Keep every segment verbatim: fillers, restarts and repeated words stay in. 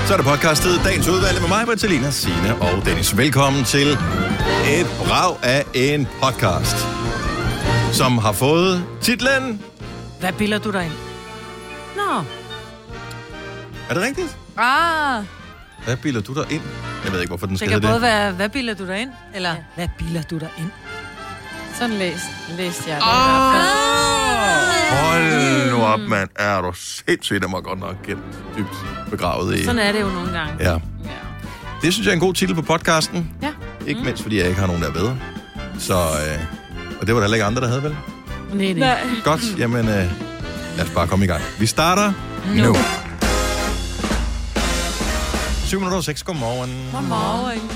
Så er det podcastet Dagens Udvalgte med mig, Bertalina, Signe og Dennis. Velkommen til et brag af en podcast, som har fået titlen... Hvad bilder du dig ind? Nå. Er det rigtigt? Ah. Hvad bilder du dig ind? Jeg ved ikke, hvorfor den Det skal kan hedde både det. være, hvad bilder du dig ind? Eller, Ja. hvad bilder du dig ind? Sådan læs, læste jeg det. Oh! Hold nu op, mand. Er du sindssygt, der må godt nok gemt dybt begravet i... Sådan er det jo nogle gange. Ja. Ja. Det synes jeg er en god titel på podcasten. Ja. Ikke mindst, fordi jeg ikke har nogen, der er bedre. Så... Øh... Og det var der heller ikke andre, der havde, vel? Nej, nej. Nej. Godt, jamen... Øh... Lad os bare komme i gang. Vi starter nu. nu. syv minutter og seks, godmorgen. Godmorgen.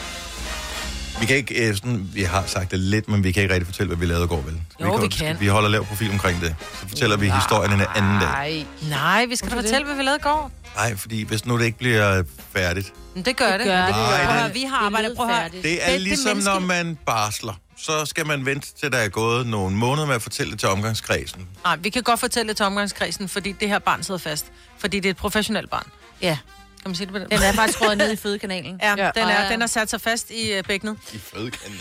Vi kan ikke, øh, sådan, vi har sagt det lidt, men vi kan ikke rigtig fortælle, hvad vi lavede i går, vel? Jo, vi kan. Vi holder lav profil omkring det. Så fortæller vi historien en anden dag. Nej. Nej, vi skal da fortælle, hvad vi lavede i går. Nej, fordi hvis nu det ikke bliver færdigt. Men det gør det. Det gør det. Prøv at Nej, høre, det- vi har arbejdet. Prøv at høre. Det er Bedste ligesom, menneske- når man barsler. Så skal man vente til, der er gået nogle måneder med at fortælle det til omgangskredsen. Nej, vi kan godt fortælle det til omgangskredsen, fordi det her barn sidder fast. Fordi det er et professionelt barn. Ja. Kan man sige det på den? Den er faktisk røget ned i fødekanalen. Ja, Ja. den, Og er, ja. den er sat sig fast i øh, bækkenet. I fødekanalen.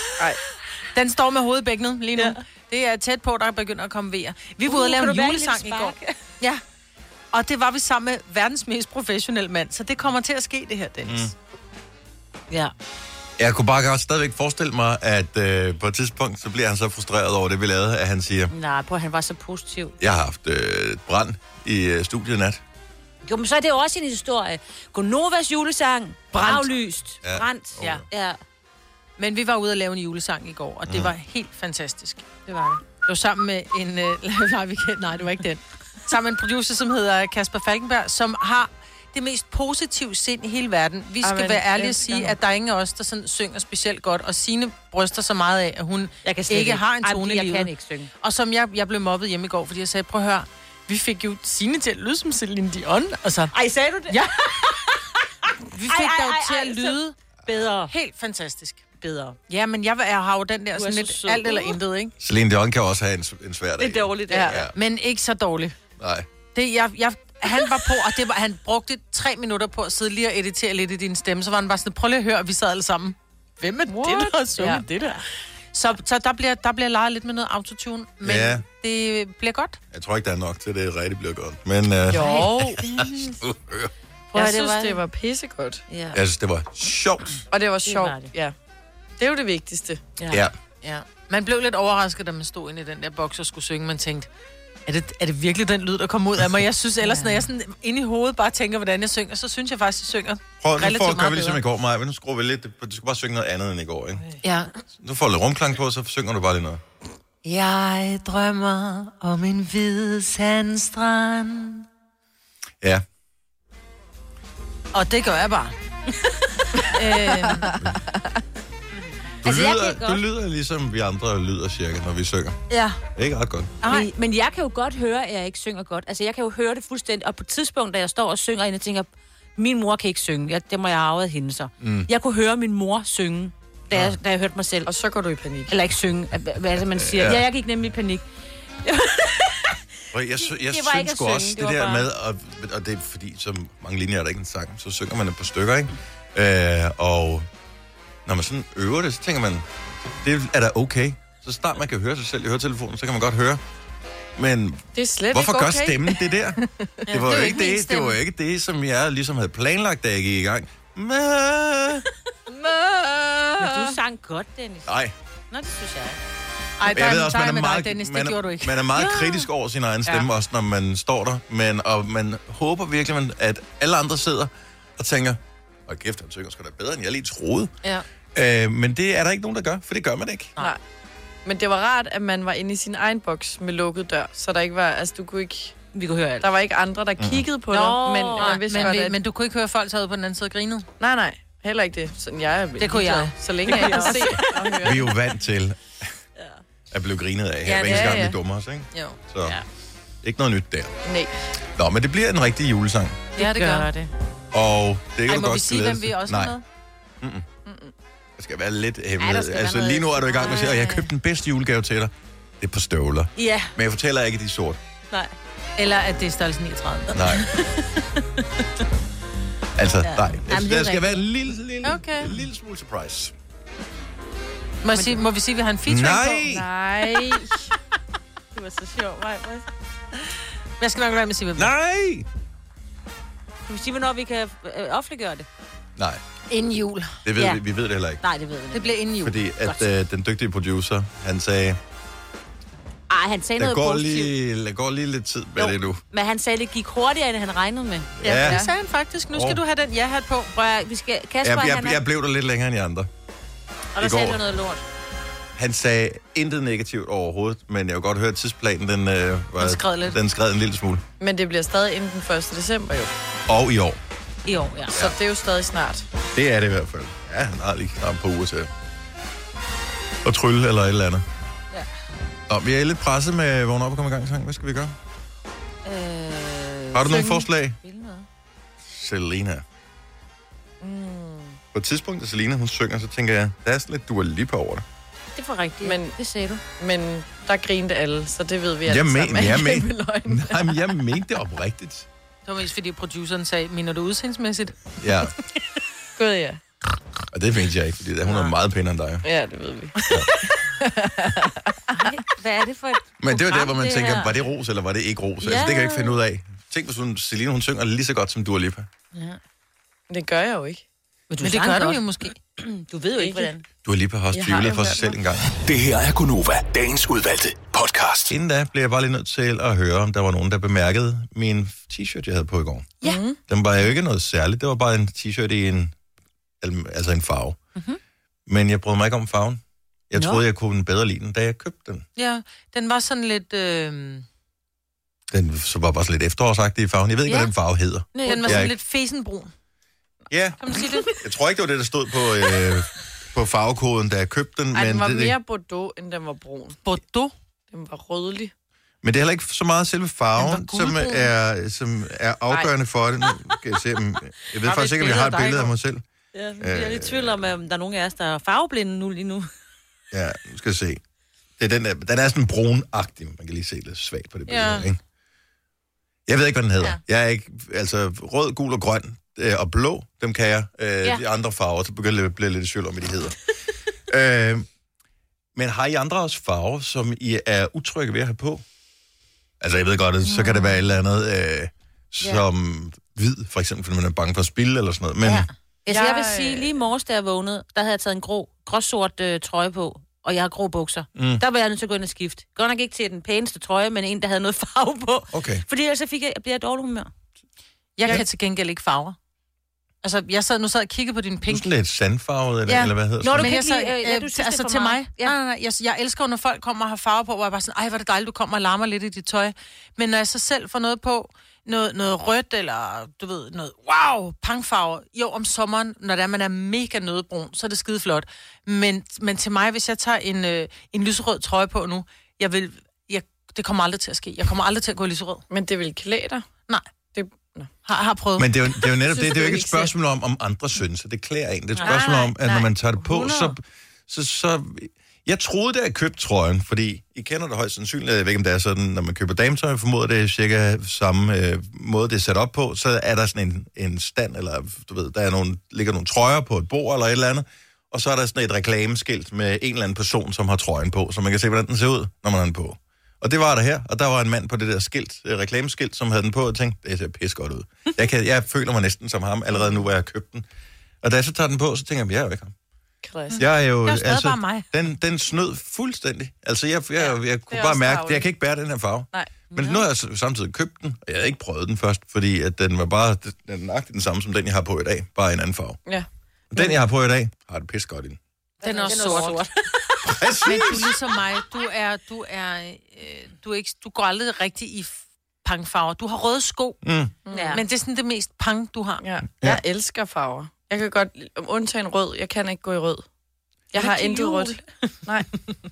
Den står med hovedet i bækkenet lige nu. Ja. Det er tæt på, der begynder at komme vejer. Vi var ude og lave en julesang i går. Ja. Og det var vi sammen med verdens mest professionelle mand. Så det kommer til at ske, det her, Dennis. Mm. Ja. Jeg kunne bare godt stadigvæk forestille mig, at øh, på et tidspunkt, så bliver han så frustreret over det, vi lavede, at han siger, Nej, prøv, han var så positiv. jeg har haft øh, brand i øh, studiet i nat. Jo, men så er det jo også en historie. Gonovas julesang. Brændt. Aflyst. Ja. Brændt. Ja. Ja, Men vi var ude og lave en julesang i går, og det mm. var helt fantastisk. det var det. Det var sammen med en... Øh, nej, vi kan, nej, det var ikke den. Sammen med en producer, som hedder Kasper Falkenberg, som har det mest positive sind i hele verden. Vi skal Amen, være ærlige og elsker sige, ham. at der er ingen af os, der sådan synger specielt godt, og Signe bryster så meget af, at hun Jeg kan slet ikke har en Ej, tone i jeg livet. kan ikke synge. Og som jeg, jeg blev mobbet hjemme i går, fordi jeg sagde, prøv at høre, vi fik jo Signe til at lyde som Celine Dion. Og så, Ej, sagde du det? ja, vi fik Ej, dig ej, jo ej, til ej, at så- lyde Bedre. helt fantastisk. Bedre. Ja, men jeg, jeg har jo den der Du er sådan så lidt sød. alt eller intet, ikke? Celine Dion kan også have en, en svær dag. Det er dårligt, Ja, ja. Ja. men ikke så dårligt. Nej. Det, jeg, jeg, han var på, og det var, han brugte tre minutter på at sidde lige og editere lidt i din stemme. Så var han bare sådan, prøv lige at høre, og vi sad alle sammen. Hvem er What? det, der har sunget Ja. det der? Så, så der, bliver, der bliver leget lidt med noget autotune, men Ja. ja. det bliver godt. Jeg tror ikke, der er nok til, at det rigtig bliver godt. Men øh, Jo. Prøv, Jeg det synes, var- det var pissegodt. Ja. jeg synes, det var sjovt. Og det var var sjovt. det. Ja. Det er jo det vigtigste. Ja. Ja. Ja. Man blev lidt overrasket, da man stod inde i den der boks og skulle synge. Man tænkte, er det, er det virkelig den lyd, der kommer ud af mig? Jeg synes ellers, når jeg sådan inde i hovedet bare tænker, hvordan jeg synger, så synes jeg faktisk, jeg synger Prøv, nu relativt får, gør meget vi ligesom bedre. i går, Maja. Nu skruer vi lidt. Du skal bare synge noget andet end i går, ikke? Ja. Nu får du lidt rumklang på, så synger du bare lidt noget. Jeg drømmer om en hvid sandstrand. Ja. Og det gør jeg bare. øh, Du, Altså, jeg lyder, kan du godt- lyder ligesom vi andre lyder cirka, når vi synger. ja. Ikke ret godt. Men, men jeg kan jo godt høre, at jeg ikke synger godt. Altså, jeg kan jo høre det fuldstændig. Og på et tidspunkt, da jeg står og synger, og jeg tænker, min mor kan ikke synge. Jeg, det må jeg have arvet af hende så. Mm. Jeg kunne høre min mor synge, da jeg, da jeg hørte mig selv. Og så går du i panik. Eller ikke synge. Hvad hvad er det, man siger? Ja. Ja, jeg gik nemlig i panik. Og jeg, sy- jeg Det var ikke synes at sgu synge, også, det det, var der bare- med, og, og det er fordi, så mange linjer er der ikke en sang, så synger man et par stykker, ikke? Øh, og når man sådan øver det, så tænker man, det er da okay. Så snart man kan høre sig selv i høretelefonen, så kan man godt høre. Men Det er slet hvorfor ikke gør okay. stemmen det der? Det var, det er jo jo ikke ikke min det, det stemme. var jo ikke det, som jeg ligesom havde planlagt, da jeg gik i gang. Mæ. Men du sang godt, Dennis. Nej, Nå, det synes jeg. Ej, men der, jeg ved er- også, der man er er med meget, dig, Dennis. Det man, gjorde du er, ikke. man er meget kritisk over sin egen stemme, ja. Også når man står der. Men, og man håber virkelig, at alle andre sidder og tænker, åh kæft, han synger sgu da bedre, end jeg lige troede. Ja. Øh, men det er der ikke nogen, der gør, for det gør man ikke. Nej. Men det var rart, at man var inde i sin egen boks med lukket dør, så der ikke var, altså du kunne ikke, Vi kunne høre alt. der var ikke andre, der kiggede på Nå, dig, men nej, man vidste Men, godt, vi, at, men du kunne ikke høre folk herude på den anden side og grinede? nej, nej, heller ikke det. Sådan, jeg er Det kunne ligeglad, jeg. Så længe jeg kan se og høre. Vi er jo vant til at blive grinet af her, Ja, hver det eneste er, gang, vi ja. dummer os, ikke? Jo. Så Ja. ikke noget nyt der. Nej. Nå, men det bliver en rigtig julesang. Ja, det gør det. Og det kan Ej, du må godt vi sige, glæde hvem dig vi til. også Nej. har med? Det skal være lidt Ej, hemmeligt. der skal være Altså noget- lige nu er du i gang med at sige, at jeg har købt den bedste julegave til dig. Det er på støvler. Ja, Men jeg fortæller ikke, at de er sort. nej. Eller at det er størrelse niogtredive. Nej. Altså, Ja. nej. Jamen, det er Der skal rigtigt. være en lille, lille, Okay. en lille smule surprise. Må, jeg sige, må vi sige, at vi har en featuring Nej! på? Nej. Det var så sjovt, nej. Jeg skal nok være med at sige, hvad vi Nej! Kan vi sige, hvornår vi kan øh, offentliggøre det? Nej, Inden jul. det ved Ja. vi, vi ved det heller ikke. Nej, det ved vi Det ikke. bliver inden jul. Fordi at øh, den dygtige producer, han sagde, Ej, han sagde der noget går, positivt. lige, der går lige lidt tid med Jo. det nu. Men han sagde, det gik hurtigere, end han regnede med. Ja, Ja. det sagde han faktisk. Nu skal Åh. du have den ja-hat på. Prøv at, vi skal... Kasper, Jeg, han jeg, er... jeg blev der lidt længere end de andre. og der i sagde går. du noget lort. Han sagde intet negativt overhovedet, men jeg kunne godt høre, at tidsplanen den, øh, var, Den skred lidt. den skred en lille smule. Men det bliver stadig inden den første december jo. Og i år. I år, ja. Så det er jo stadig snart. Det er det i hvert fald. Ja, han har lige knap på uger til at trylle eller et eller andet. Ja. Nå, vi er lidt presset med vågne op og komme i gang sang. Hvad skal vi gøre? Øh, Har du nogle synge. forslag? Spille noget. Selena. Mm. På et tidspunkt, da Selena hun synger, så tænker jeg, der er sådan lidt Dua Lipa over det. Det var rigtigt, Men- men... det sagde du. Men der grinte alle, så det ved vi alle Jeg sammen. men- er jeg en men- kæmpe løgn. Nej, men jeg mente det oprigtigt. Det var mest fordi produceren sagde, mener du udsendsmæssigt? Ja, Gud ja. og det mente jeg ikke, fordi hun er meget pænere end dig. Ja, det ved vi. Ej, hvad er det for et Men det var der, hvor program, man det tænker, her? var det ros, eller var det ikke ros? Altså, Ja. det kan jeg ikke finde ud af. Tænk, hvis hun, Selena, hun synger lige så godt som Dua Lipa. Ja. Det gør jeg jo ikke. Men, du Men det sang gør du godt. jo måske. Du ved jo ikke, Ikke. hvordan. Dua Lipa har også Jeg har tvivlet jo for sig hørt selv mig. en gang. Det her er Gunova, dagens udvalgte podcast. Inden da blev jeg bare lige nødt til at høre, om der var nogen, der bemærkede min t-shirt, jeg havde på i går. Ja. Den var jo ikke noget særligt. Det var bare en t-shirt i en, altså en farve. Mhm. Men jeg brød mig ikke om farven. Jeg Nå. troede, jeg kunne bedre lide den, da jeg købte den. Ja, den var sådan lidt... Øh, Den så var bare sådan lidt efterårsagtig i farven. Jeg ved ikke, Ja. hvad den farve hedder. Nej, den var Jeg er sådan ikke- lidt fesenbrun. Ja, Kan man sige det? jeg tror ikke, det var det, der stod på, øh, på farvekoden, da jeg købte den. Ej, men, den var det, mere Bordeaux, end den var brun. Bordeaux. Den var rødlig. men det er heller ikke så meget selve Den farven, var som guldbrun. er, som er afgørende for det. Nu kan jeg se, om- jeg ved Har vi faktisk et ikke, om jeg har et billede af dig, billede af Gård? mig selv. Ja, nu bliver jeg lidt i tvivl om, om der er nogen af os, der er farveblinde nu lige nu. Ja, nu skal jeg se. Det er den, der, den er sådan brunagtig. Man kan lige se det svagt på det billede, Ja. ikke? Jeg ved ikke, hvad den hedder. Ja. Jeg er ikke... Altså, rød, gul og grøn øh, og blå, dem kan jeg. Øh, Ja. De andre farver, så begynder jeg at blive lidt i tvivl om, hvad de hedder. øh, men har I andre også farver, som I er utrygge ved at have på? Altså, jeg ved godt, at så kan det være et eller andet, øh, som hvid, for eksempel, fordi man er bange for at spille eller sådan noget. Men Ja. Altså, jeg vil Jeg, sige, øh, lige i morges, da jeg vågnede, der havde jeg taget en grå, gråsort øh, trøje på, og jeg har grå bukser. Mm. Der var jeg nødt til at gå ind og skifte. Godt nok ikke til den pæneste trøje, men en, der havde noget farve på. okay. Fordi ellers så fik jeg, bliver jeg i dårlig humør. Jeg kan til gengæld ikke farver. Altså, jeg sad, nu sad og kiggede på din Du er pink. sådan lidt sandfarvet, eller, Ja. eller hvad hedder Nå, sådan du Men kan jeg ikke så, lide, øh, ja, øh, du synes, altså det er for til meget. mig, Ja. nej, nej, nej, jeg, jeg elsker, når folk kommer og har farver på, hvor jeg bare sådan, ej, hvor er det dejligt, du kommer og larmer lidt i dit tøj. Men når jeg så selv får noget på, noget, noget rødt, eller du ved, noget, wow, pangfarver, jo, om sommeren, når der man er mega nødbrun, så er det skide flot. Men, men til mig, hvis jeg tager en, øh, en lyserød trøje på nu, jeg vil, jeg, det kommer aldrig til at ske. Jeg kommer aldrig til at gå i lyserød. Men det vil klæde dig. Nej, Det, nå. har, har prøvet. Men det er jo, det er jo netop det. Synes Det er jo du ikke et ikke spørgsmål om, om andre synes, at det klæder en. Det er et Nej, spørgsmål om, at når nej. man tager det på, så, hundrede. så, så... Jeg troede, da jeg købte trøjen, fordi I kender det højst sandsynligt, jeg ved ikke, om det er sådan, når man køber dametøj, formoder det er cirka samme øh, måde, det er sat op på, så er der sådan en, en stand, eller du ved, der er nogle, ligger nogle trøjer på et bord eller et eller andet, og så er der sådan et reklameskilt med en eller anden person, som har trøjen på, så man kan se, hvordan den ser ud, når man har den på. Og det var der her, og der var en mand på det der skilt, øh, reklameskilt, som havde den på, og tænkte, det ser pisse godt ud. Jeg, kan, jeg føler mig næsten som ham, allerede nu, hvor jeg har købt den. Og da jeg så tager den på, så tænker jeg, jeg er jo ikke ham. Klasse. Jeg er jo, Det er jo stadig bare mig. Den, den snød fuldstændig. Altså, jeg, jeg, jeg, jeg kunne er bare også mærke, at tarveligt. jeg kan ikke bære den her farve. Nej. Men nu har jeg s- samtidig købt den, og jeg havde ikke prøvet den først, fordi at den var bare den er nøjagtigt den samme, som den, jeg har på i dag, bare i en anden farve. Ja. Den, jeg har på i dag, har det pisse godt i den. Den er også Den er sort. sort. Præcis! Men du er ligesom mig. Du er, du er, øh, du er ikke, du går aldrig rigtig i f- pangfarver. Du har røde sko, Mm. Ja. men det er sådan det mest pang, du har. Ja. Jeg elsker farver. Jeg kan godt, undtagen rød, jeg kan ikke gå i rød. Jeg har til intet jul. rødt. Nej.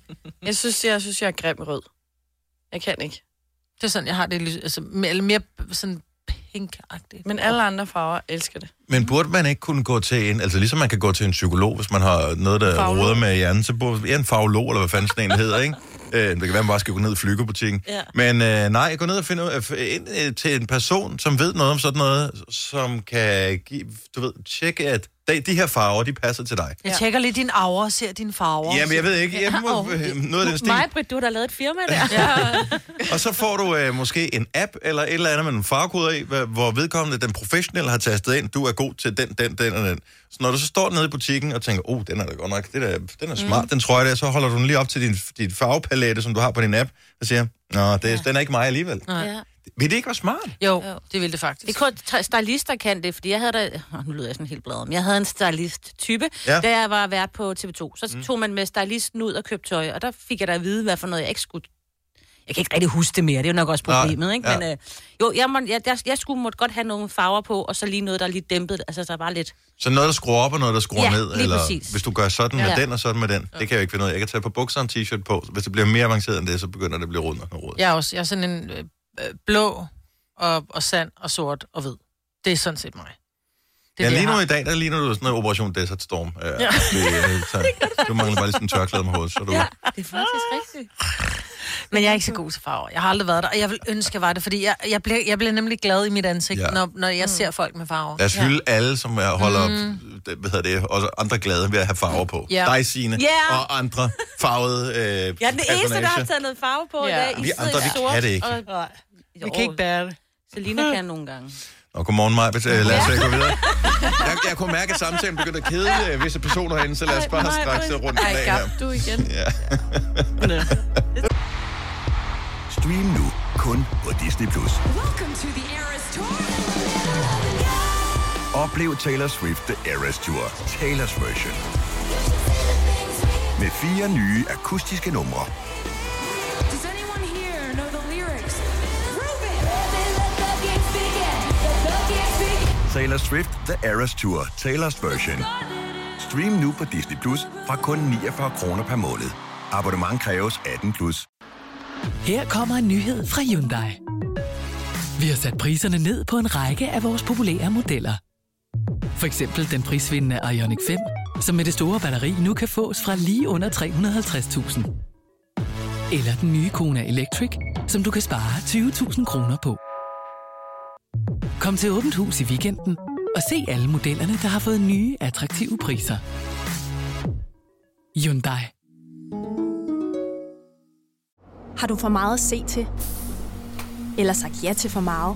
Jeg synes, jeg, synes, jeg er grim i rød. Jeg kan ikke. Det er sådan, jeg har det. ly- Altså, mere, eller mere sådan pink-agtigt. Men alle andre farver elsker det. Men burde man ikke kunne gå til en, altså ligesom man kan gå til en psykolog, hvis man har noget, der Faglog. råder med hjernen, så burde en faglog, eller hvad fanden sådan en hedder, ikke? Øh, det kan være, man bare skal gå ned i flyggebutikken. Ja. Men øh, nej, gå ned og finde ud af, ind øh, til en person, som ved noget om sådan noget, som kan give, du ved, tjekke, at de, de her farver, de passer til dig. Jeg tjekker lige din aura og ser dine farver. Jamen, jeg ved ikke, jeg må, Ja, noget af den stil. Mig, Britt, du har da lavet et firma der. Ja. Og så får du øh, måske en app eller et eller andet med nogle farvekoder i, hvor- hvor vedkommende, den professionelle, har tastet ind, du er god til den, den, den og den. Så når du så står nede i butikken og tænker, åh, oh, den er da godt nok, det der, den er smart, mm. den trøje der, så holder du den lige op til din, din farvepalette, som du har på din app, og siger, nå, det, ja. den er ikke mig alligevel. Ja. Vil det ikke være smart? Jo, det vil det faktisk. Det er kun t- stylister kan det, fordi jeg havde da... Oh, nu lyder jeg sådan helt bladet, men jeg havde en stylist-type, Ja. ja. da jeg var vært på T V to. Så mm. tog man med stylisten ud og købte tøj, og der fik jeg da at vide, hvad for noget jeg ikke skulle... Jeg kan ikke rigtig huske det mere, det er jo nok også problemet, Nej, ikke? ja. Men øh, jo, jeg, må, jeg, jeg, jeg skulle måtte godt have nogle farver på, og så lige noget, der er lige dæmpet, altså der var lidt... Så noget, der skruer op, og noget, der skruer Ja, ned, lige eller præcis. hvis du gør sådan med Ja. den og sådan med den, det kan jeg jo ikke finde ud af. Jeg kan tage på bukser og en t-shirt på, hvis det bliver mere avanceret end det, så begynder det at blive rundt og råd. Jeg er også jeg er sådan en øh, øh, blå og, og sand og sort og hvid. Det er sådan set mig. Det Ja, er det, lige jeg nu har. i dag, der ligner du sådan en Operation Desert Storm. Ja. Det, øh, så, du mangler bare lige sådan en tørklæde med hovedet, så du... Ja, det er faktisk rigtigt. Men jeg er ikke så god til farver. Jeg har aldrig været der, og jeg vil ønske, jeg var det, fordi jeg, jeg, bliver, jeg bliver nemlig glad i mit ansigt, Ja. ja. når, når jeg ser folk med farver. Lad os hylde alle, som er- holder mm. det, hvad hedder det, også andre glade ved at have farver på. Ja. Dig, Signe, Ja. og andre farvede øh, Jeg er den eneste, der har taget noget farve på Ja. i dag. I Vi sidder andre, i vi sort, kan det ikke. Og, Nej, vi Jo, kan ikke bære det. Selina kan nogle gange. Og godmorgen, Majbet. Øh, lad os øh, gå videre. Jeg, jeg kunne mærke, at samtalen begyndte at kede øh, visse personer herinde, så lad os bare Ej, straks Maj-Brit. rundt Ej, af gab her. du igen. Ja. Stream nu kun på Disney plus. Oplev Taylor Swift The Eras Tour, Taylor's version. Med fire nye akustiske numre. Taylor Swift The Eras Tour, Taylor's version. Stream nu på Disney plus fra kun niogfyrre kroner per måned. Abonnement kræves atten plus. Her kommer en nyhed fra Hyundai. Vi har sat priserne ned på en række af vores populære modeller. For eksempel den prisvindende Ioniq fem, som med det store batteri nu kan fås fra lige under tre hundrede og halvtreds tusind. Eller den nye Kona Electric, som du kan spare tyve tusind kroner på. Kom til Åbent Hus i weekenden og se alle modellerne, der har fået nye, attraktive priser. Hyundai. Har du for meget at se til? Eller sagt ja til for meget?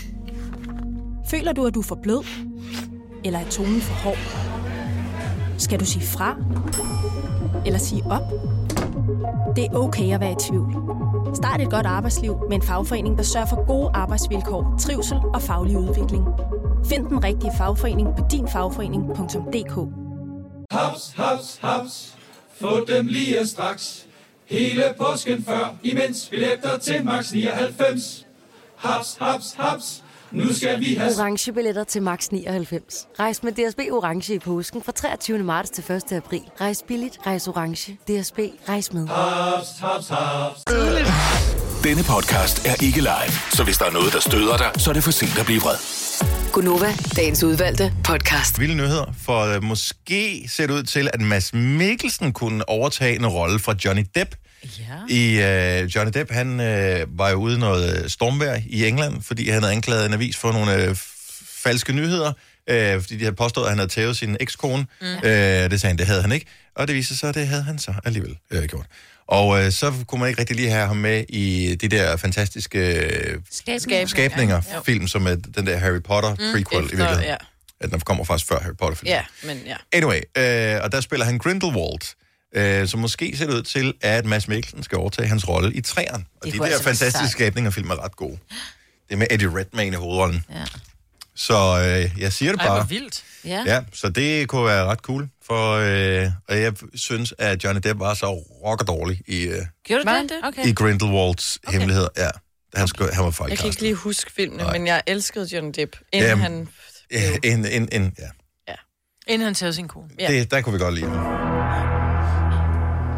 Føler du, at du er for blød? Eller er tonen for hård? Skal du sige fra? Eller sige op? Det er okay at være i tvivl. Start et godt arbejdsliv med en fagforening, der sørger for gode arbejdsvilkår, trivsel og faglig udvikling. Find den rigtige fagforening på din fagforening punktum d k. Haps, haps, haps. Få dem lige straks. Hele påsken før, imens billetter til max nioghalvfems. Haps, haps, haps. Nu skal vi have... Orange billetter til max nioghalvfems. Rejs med D S B Orange i påsken fra treogtyvende marts til første april. Rejs billigt, rejs orange. D S B, rejs med. Haps, haps, haps. Denne podcast er ikke live, så hvis der er noget, der støder dig, så er det for sent at blive vred. Gunova, dagens udvalgte podcast. Vilde nyheder, for uh, måske ser det ud til, at Mads Mikkelsen kunne overtage en rolle fra Johnny Depp. Ja. I uh, Johnny Depp, han uh, var jo ude i noget stormvejr i England, fordi han havde anklaget en avis for nogle uh, falske nyheder, uh, fordi de havde påstået, at han havde tævet sin ekskone. Mm. Uh, det sagde han, det havde han ikke. Og det viste sig, at det havde han så alligevel uh, gjort. Og uh, så kunne man ikke rigtig lige have ham med i de der fantastiske uh, Skabning. skabninger, Ja. film, som er den der Harry Potter mm. prequel i Efter, virkeligheden. ja. At den kommer faktisk før Harry Potter-filmen. Ja, men ja. Anyway, øh, og der spiller han Grindelwald, øh, som måske ser det ud til, at Mads Mikkelsen skal overtage hans rolle i træerne. Og Det de kunne der altså være fantastiske sejt. skabninger film er ret gode. Det er med Eddie Redmayne i hovedrollen. Ja. Så øh, jeg siger det Ej, hvor bare. vildt. Ja. Ja, så det kunne være ret cool. For, øh, og jeg synes, at Johnny Depp var så rocker dårlig i, øh, Gjorde du Var det? han det? Okay. i Grindelwalds okay. hemmeligheder. Ja, han, skulle, han var Jeg faktisk kan ikke lige huske filmene, Nej. men jeg elskede Johnny Depp, inden Jamen, han... Ja, en, en, en, ja. Inden han tager sin kone. Ja. Det, der kunne vi godt lide ham.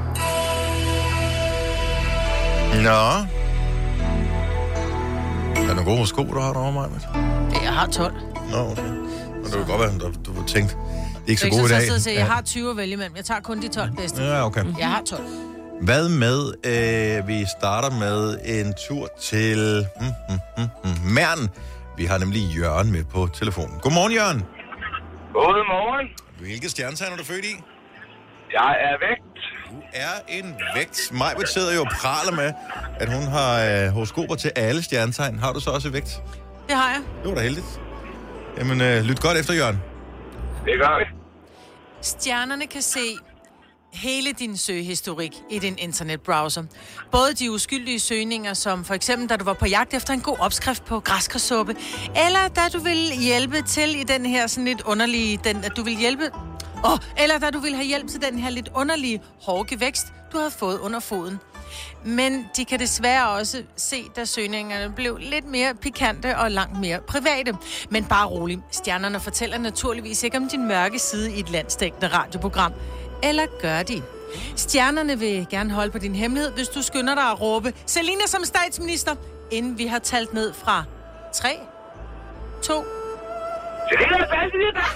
Nå. Er nogle gode sko, du har derovre, Maja? Jeg har tolv. Nå, okay. Og det kunne godt være, at du har tænkt, det er ikke så gode i dag. Jeg, jeg har tyve at vælge imellem. Jeg tager kun de tolv bedste. Ja, okay. Jeg har tolv. Hvad med, øh, vi starter med en tur til mm, mm, mm, mm, Mern. Vi har nemlig Jørgen med på telefonen. Godmorgen, Jørgen. Godmorgen. Hvilket stjernetegn er du født i? Jeg er vægt. Du er en vægt. Majbert sidder jo og praler med, at hun har øh, horoskoper til alle stjernetegn. Har du så også vægt? Det har jeg. Det var da heldigt. Jamen, øh, lyt godt efter, Jørgen. Det gør vi. Stjernerne kan se hele din søgehistorik i din internetbrowser. Både de uskyldige søgninger, som for eksempel, da du var på jagt efter en god opskrift på græskarsuppe, eller da du ville hjælpe til i den her sådan lidt underlige, den, at du vil hjælpe, oh, eller da du ville have hjælp til den her lidt underlige hårde vækst, du havde fået under foden. Men de kan desværre også se, da søgningerne blev lidt mere pikante og langt mere private. Men bare rolig. Stjernerne fortæller naturligvis ikke om din mørke side i et landsdækkende radioprogram. Eller gør de? Stjernerne vil gerne holde på din hemmelighed, hvis du skynder dig at råbe Selina som statsminister, inden vi har talt ned fra tre, to... Selina som statsminister!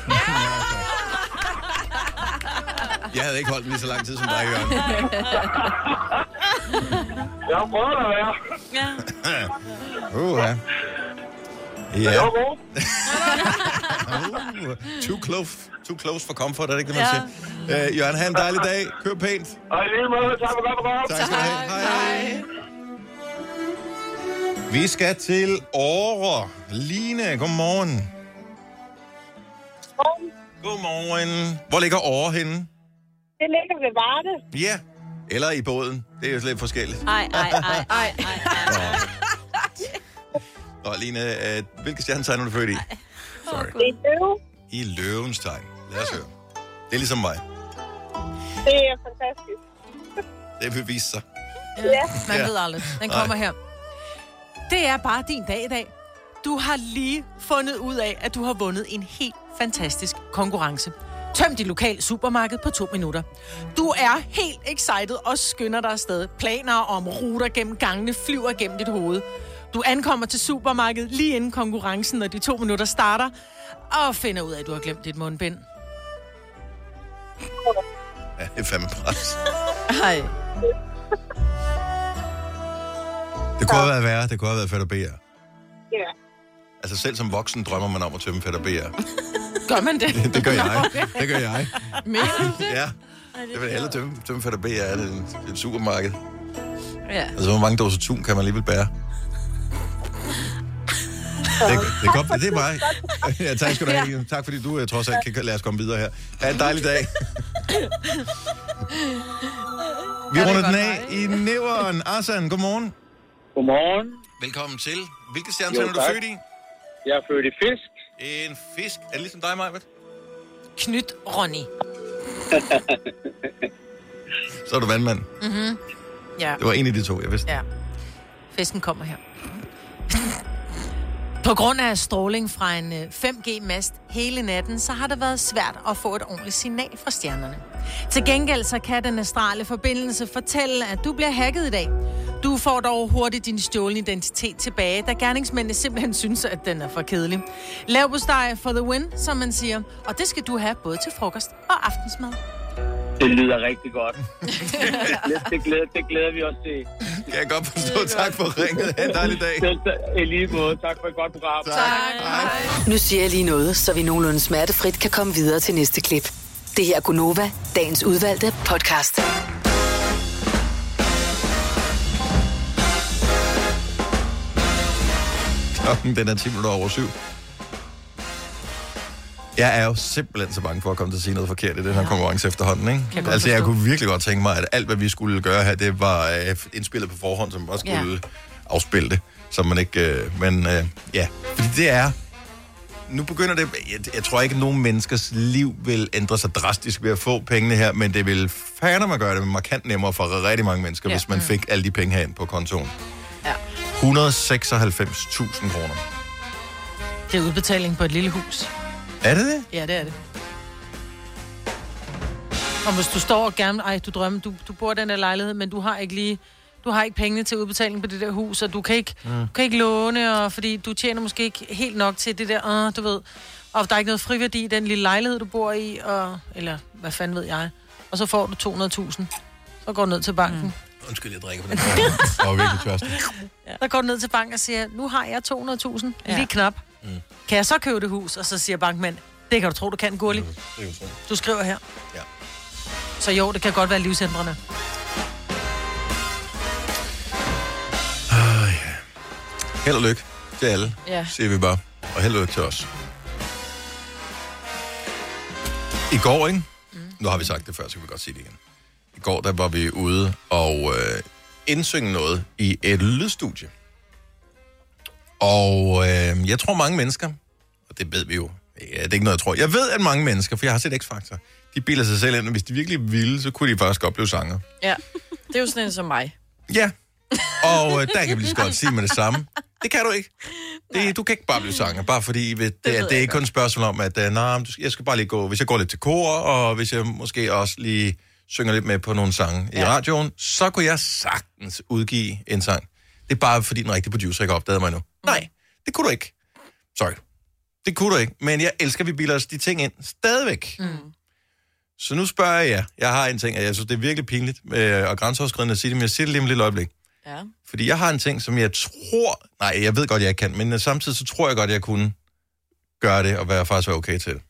Jeg havde ikke holdt den lige så lang tid som dig, Jørgen. Jeg har prøvet at være. Ja. Uh, ja. Ja. Ja. uh, too close, too close for comfort, er det ikke det, man siger? Uh, Jørgen, have en dejlig dag. Kør pænt. Og i lige måde, tak for godt program. Tak skal du have. Hej. Hej. Vi skal til Åre. Line, godmorgen. Godmorgen. Hvor ligger Åre henne? Det ligger ved Varde. Ja, eller i båden. Det er jo lidt forskelligt. Ej, ej, ej, ej, ej. Nå, Line, øh, hvilke stjernetegn er du født i? Sorry. Det er løve. I løvens tegn. Lad os høre. Det er ligesom mig. Det er fantastisk. Det vil vise sig. Ja, man Ja. ved aldrig. Den kommer her. Det er bare din dag i dag. Du har lige fundet ud af, at du har vundet en helt fantastisk konkurrence. Tøm dit lokale supermarked på to minutter. Du er helt excited og skynder dig afsted. Planer om ruter gennem gangene flyver gennem dit hoved. Du ankommer til supermarkedet lige inden konkurrencen, når de to minutter starter, og finder ud af, at du har glemt dit mundbind. Ja, det er fandme pres. Hej. Det kunne have været værre. Det kunne have været fedt og bære. Ja. Altså selv som voksen drømmer man om at tømme fedt og bære. Gør man det? Det, det gør jeg. Det gør jeg. Mener du det? Ja. Jeg vil hellere tømme, tømme fedt og bære af det et supermarked. Ja. Altså, hvor mange dåser tun kan man alligevel bære? Det, det er godt, det er mig. Ja, tak skal du have. Tak fordi du trods alt kan lade os komme videre her. Ha' en dejlig dag. Vi runder den af i Næveren. Arsan, godmorgen. Godmorgen. Velkommen til. Hvilke stjernetegn er du født i? Jeg er født i fisk. En fisk. Er det ligesom dig, Majbert? Knyt Ronny. Så er du vandmand. Mhm. Ja. Det var en af de to, jeg vidste. Ja. Fisken kommer her. På grund af stråling fra en fem G-mast hele natten, så har det været svært at få et ordentligt signal fra stjernerne. Til gengæld så kan den astrale forbindelse fortælle, at du bliver hacket i dag. Du får dog hurtigt din stjålne identitet tilbage, da gerningsmændene simpelthen synes, at den er for kedelig. Lav på steg for the win, som man siger. Og det skal du have både til frokost og aftensmad. Det lyder rigtig godt. det, glæder, det glæder vi os til. Kan jeg godt forstå. Tak for ringet. Ha' en dejlig dag. I lige måde. Tak for et godt program. Tak. Hej. Nu siger jeg lige noget, så vi nogenlunde smertefrit kan komme videre til næste klip. Det her er Gunova, dagens udvalgte podcast. Klokken den er ti minutter over syv. Jeg er jo simpelthen så bange for at komme til at sige noget forkert i den her konkurrence efterhånden, ikke? Jeg altså, jeg forstå. kunne virkelig godt tænke mig, at alt, hvad vi skulle gøre her, det var øh, indspillet på forhånd, som bare skulle ja. afspille det, så man ikke... Øh, men øh, ja, fordi det er... Nu begynder det... Jeg, jeg tror ikke, at nogen menneskers liv vil ændre sig drastisk ved at få pengene her, men det vil fandme man gøre det markant nemmere for rigtig mange mennesker, ja. hvis man fik alle de penge herind på kontoen. Ja. et hundrede og seksoghalvfems tusind kroner. Det er udbetaling på et lille hus. Er det det? Ja, det er det. Og hvis du står og gerne... Ej, du drømmer, du, du bor i den der lejlighed, men du har ikke lige du har ikke penge til udbetaling på det der hus, og du kan ikke, Mm. du kan ikke låne, og fordi du tjener måske ikke helt nok til det der, øh, du ved, og der er ikke noget friværdi i den lille lejlighed, du bor i, og, eller hvad fanden ved jeg. Og så får du to hundrede tusind. Så går du ned til banken. Mm. Undskyld, jeg drikker på den her. Jeg var virkelig tørstig. Ja. Der går du ned til banken og siger, nu har jeg to hundrede tusind, Ja. lige knap. Mm. Kan jeg så købe det hus? Og så siger bankmand, det kan du tro, du kan, Gurli. Du skriver her. Ja. Så jo, det kan godt være livsændrende. Uh, ja. Held og lykke til alle, Ja. siger vi bare. Og held og lykke til os. I går, ikke? Mm. Nu har vi sagt det før, så kan vi godt sige det igen. I går, der var vi ude og øh, indsynge noget i et lydstudie. Og øh, jeg tror mange mennesker, og det ved vi jo, ja, det er ikke noget, jeg tror. Jeg ved, at mange mennesker, for jeg har set X-Factor, de bilder sig selv ind, og hvis de virkelig ville, så kunne de faktisk opleve sanger. Ja, det er jo sådan en som mig. Ja, og øh, der kan vi lige så godt sige med det samme. Det kan du ikke. Det, du kan ikke bare blive sanger, bare fordi ved, det, det, er, det er ikke kun et spørgsmål om, at uh, nej, jeg skal bare lige gå, hvis jeg går lidt til kor, og hvis jeg måske også lige synger lidt med på nogle sange ja. i radioen, så kunne jeg sagtens udgive en sang. Det er bare fordi den rigtige producer ikke opdagede mig nu. Mm. Nej, det kunne du ikke. Sorry. Det kunne du ikke, men jeg elsker, at vi bilder os de ting ind stadigvæk. Mm. Så nu spørger jeg jer. Jeg har en ting, og jeg synes, det er virkelig pinligt øh, og grænseoverskridende at sige det, men jeg siger det lige om et lille øjeblik. Ja. Fordi jeg har en ting, som jeg tror... Nej, jeg ved godt, jeg ikke kan, men samtidig så tror jeg godt, jeg kunne gøre det og være faktisk være okay til det.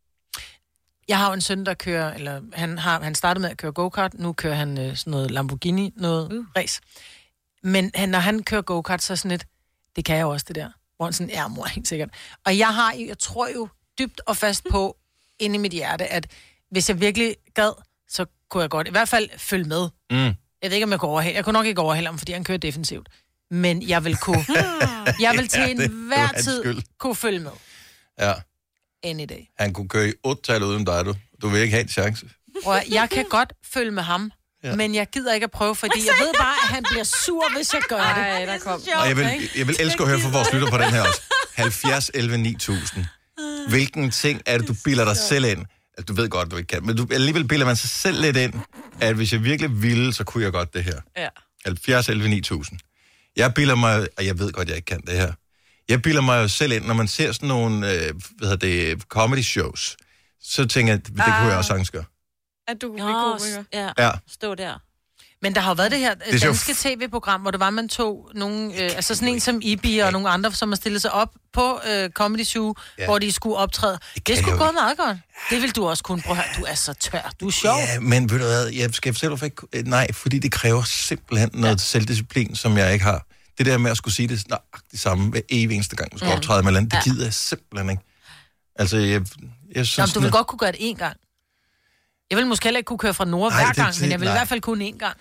Jeg har jo en søn, der kører, eller han, har, han startede med at køre go-kart, nu kører han øh, sådan noget Lamborghini, noget uh. race. Men han, når han kører go-kart, så er sådan lidt, det kan jeg jo også det der. Hvor han sådan, ja mor, helt sikkert. Og jeg har, jeg tror jo dybt og fast på, inde i mit hjerte, at hvis jeg virkelig gad, så kunne jeg godt, i hvert fald følge med. Mm. Jeg ved ikke, om jeg kunne overhælde. Jeg kunne nok ikke overhælde ham, fordi han kører defensivt. Men jeg vil kunne, jeg vil til Ja, en det- hver det var tid hans skyld. kunne følge med. Ja. Any day. Han kunne køre i otte-tal uden dig, du. Du vil ikke have en chance. Og jeg kan godt følge med ham, ja. Men jeg gider ikke at prøve, fordi jeg ved bare, at han bliver sur, hvis jeg gør det. Ej, der kom. Og jeg vil, jeg vil elske at høre fra vores lytter på den her også. halvfjerds elleve ni tusind. Hvilken ting er det, du bilder dig selv ind? Altså, du ved godt, du ikke kan, men du, alligevel bilder man sig selv lidt ind, at hvis jeg virkelig ville, så kunne jeg godt det her. Ja. halvfjerds elleve ni tusind. Jeg bilder mig, og jeg ved godt, jeg ikke kan det her. Jeg bilder mig jo selv ind, når man ser sådan nogle, øh, hvad hedder det, comedy shows, så tænker jeg, det kunne jeg også sagtens gøre. At du kunne blive komiker. Ja. Ja. Stå der. Men der har jo været det her Det er så- danske tv-program, hvor det var, man tog nogle, øh, altså sådan en som Ibi og nogle andre, som har stillet sig op på øh, Comedy Zoo, Ja. ja. hvor de skulle optræde. Det, det skulle gå meget godt. Det vil du også kunne. Prøve at høre. Du er så tør. Du er sjov. Ja, men ved du hvad, jeg skal fortælle, hvorfor ikke... øh, Nej, fordi det kræver simpelthen noget ja. selvdisciplin, som jeg ikke har. Det der med at skulle sige det nøjagtigt samme hver evig eneste gang, du skal Ja. optræde med land, det Ja. gider jeg simpelthen ikke. Altså, jeg, jeg synes... Jamen, du vil at- godt kunne gøre det én gang. Jeg vil måske heller ikke kunne køre fra Nord Nej, hver det- gang, det- men jeg vil nej. i hvert fald kunne én gang.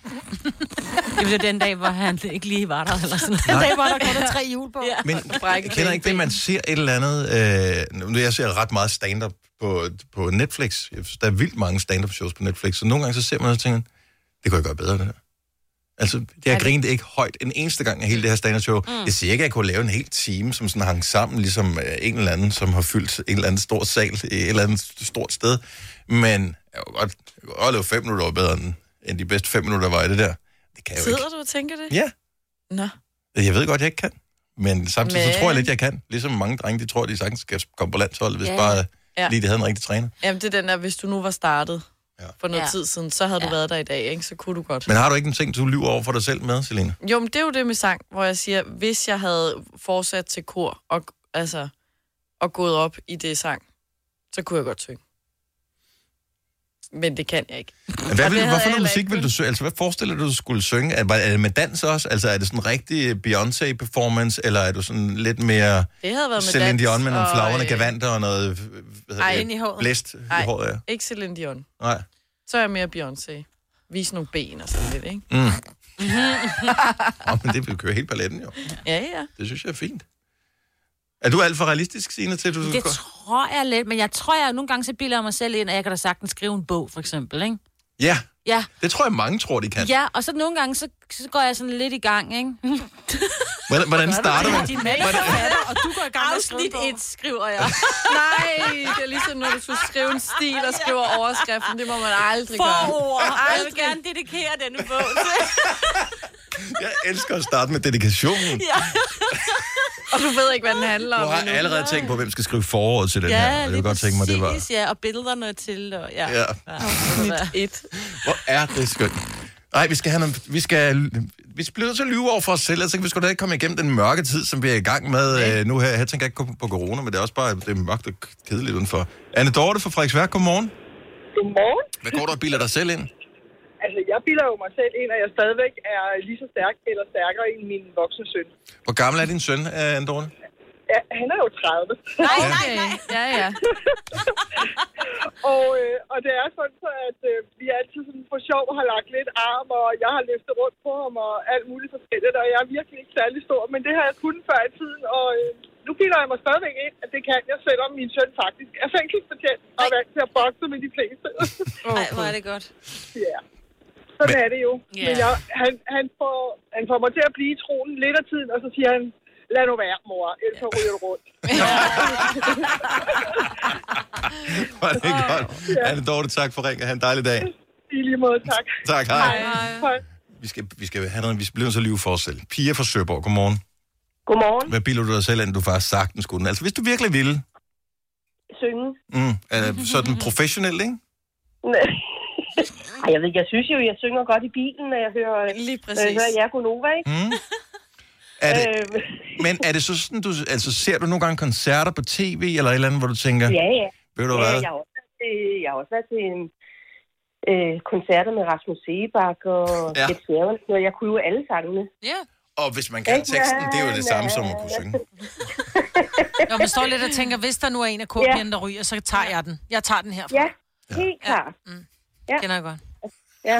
Det blev den dag, hvor han ikke lige var der, eller sådan. Den dag, hvor der kun er tre hjul på. Ja. Men jeg kender ikke det, man ser et eller andet... Øh, nu jeg ser ret meget stand-up på, på Netflix. Jeg synes, der er vildt mange stand-up shows på Netflix, så nogle gange så ser man og tænker, det kunne jeg gøre bedre, det her. Altså, det har grinet ikke højt en eneste gang af hele det her stand-up show. Mm. Jeg siger ikke, at jeg kunne lave en hel time, som sådan hang sammen, ligesom øh, en eller anden, som har fyldt en eller anden stor sal i et eller andet stort sted. Men jeg kunne godt, jeg kunne godt lave fem minutter bedre, end, end de bedste fem minutter var i det der. Det kan jeg jo Sidder ikke. du og tænker det? Ja. Nå. Jeg ved godt, jeg ikke kan. Men samtidig Men- så tror jeg lidt, jeg kan. Ligesom mange drenge, de tror, de sagtens skal komme på landsholdet, hvis Ja. bare Ja. lige de havde en rigtig træner. Jamen, det er den der, hvis du nu var startet ja. for noget Ja. tid siden, så havde du Ja. været der i dag, ikke? Så kunne du godt. Men har du ikke en ting, du lyver over for dig selv med, Selina? Jo, men det er jo det med sang, hvor jeg siger, hvis jeg havde fortsat til kor og, altså, og gået op i det sang, så kunne jeg godt synge. Men det kan jeg ikke. Hvad Og vil, det hvorfor havde jeg noget heller musik ikke vil du synge? Altså, hvad forestiller du, du skulle synge? Er, er det med dans også? Altså, er det sådan en rigtig Beyoncé-performance, eller er du sådan lidt mere Det havde været med Celine dans Dion med nogle og, flagrende øh, gavanter og noget hvad hedder Ej, det, ind i håret. blæst Ej, i håret? Ja. ikke Celine Dion. Nej. Så er jeg mere Beyoncé. Vise nogle ben og sådan lidt, ikke? Mm. oh, men det vil køre helt paletten, jo. Ja, ja. Det synes jeg er fint. Er du alt for realistisk, Signe, til at du... Det tror jeg lidt, men jeg tror, jeg nogle gange så bilder jeg mig selv ind, at jeg kan da sagtens skrive en bog, for eksempel, ikke? Ja. Ja. Det tror jeg, mange tror, de kan. Ja, og så nogle gange, så, så går jeg sådan lidt i gang, ikke? Hvordan, hvordan starter man? Din mand er forfatter, og du går i gang med at skrive Afsnit på. et skriver jeg. Nej, det er ligesom, når du skulle skrive en stil og skrive overskriften. Det må man aldrig gøre. Forord. Jeg vil gerne dedikere denne bog til. Jeg elsker at starte med dedikationen. Ja. Og du ved ikke, hvad den handler om. Du har allerede tænkt på, hvem skal skrive forordet til den Ja, her. Jeg lige vil godt tænke mig, det var... præcis, ja, og billederne til, og ja. Ja. Snit et. Hvor er det skønt. Nej, vi skal have noget, vi skal, vi bliver nødt til at lyve over for os selv. Jeg tænker, vi skal da ikke komme igennem den mørke tid, som vi er i gang med øh, nu her. Jeg tænker ikke på, på corona, men det er også bare det er mørkt og kedeligt udenfor. Anne Dorte fra Frederiksværk, godmorgen. Godmorgen. Hvad går du og bilder dig selv ind? Altså, jeg bilder jo mig selv ind, at jeg stadigvæk er lige så stærk eller stærkere end min voksne søn. Hvor gammel er din søn, Anne Dorte? Ja, han er jo tredive. Nej, nej, nej. Ja, ja. og, øh, og det er sådan, så, at øh, vi altid sådan for sjov har lagt lidt arm, og jeg har løftet rundt på ham og alt muligt forskelligt, og jeg er virkelig ikke særlig stor, men det har jeg kunnet før i tiden, og øh, nu bilder jeg mig stadigvæk ind, at det kan jeg, selvom min søn faktisk er fængselsbetjent og er vant til at bokse med de fleste. Nej, hvor er det godt. Ja. Sådan Men- er det jo. Ja. Men jeg, han, han, får, han får mig til at blive i tronen lidt af tiden, og så siger han, lad nu være, mor, ellers så ryger du rundt. Hvor er det godt. Anne Dorte, tak for ringen. Ha' en dejlig dag. I lige måde, tak. Tak, hej. Hej. Vi skal, vi skal have noget, vi bliver nødt til at lyve for os selv. Pia fra Søborg, godmorgen. Godmorgen. Hvad bilder du dig selv ind, du faktisk sagtens skulle? Altså, hvis du virkelig ville. Synge. Mm, øh, sådan professionelt, ikke? Ej, jeg ved, jeg synes jo, jeg synger godt i bilen, når jeg hører, Lige når præcis. jeg hører jer Gonova, ikke? Mm. Er det, Øh, men er det så sådan, du, altså ser du nogle gange koncerter på tv, eller et eller andet, hvor du tænker, ja, ja. ved du ja hvad? jeg, har også været til, jeg har også været til en, øh, koncerter med Rasmus Sebak og Ja. Ed Sheeran, og jeg kunne jo alle sangene. Ja. Og hvis man kan teksten, det er jo det samme som at kunne synge. Når man står lidt og tænker, hvis der nu er en af korpigerne, der ryger, så tager jeg den. Jeg tager den herfra. Ja, helt klart. Ja. Mm. Ja. Kender jeg godt. Ja.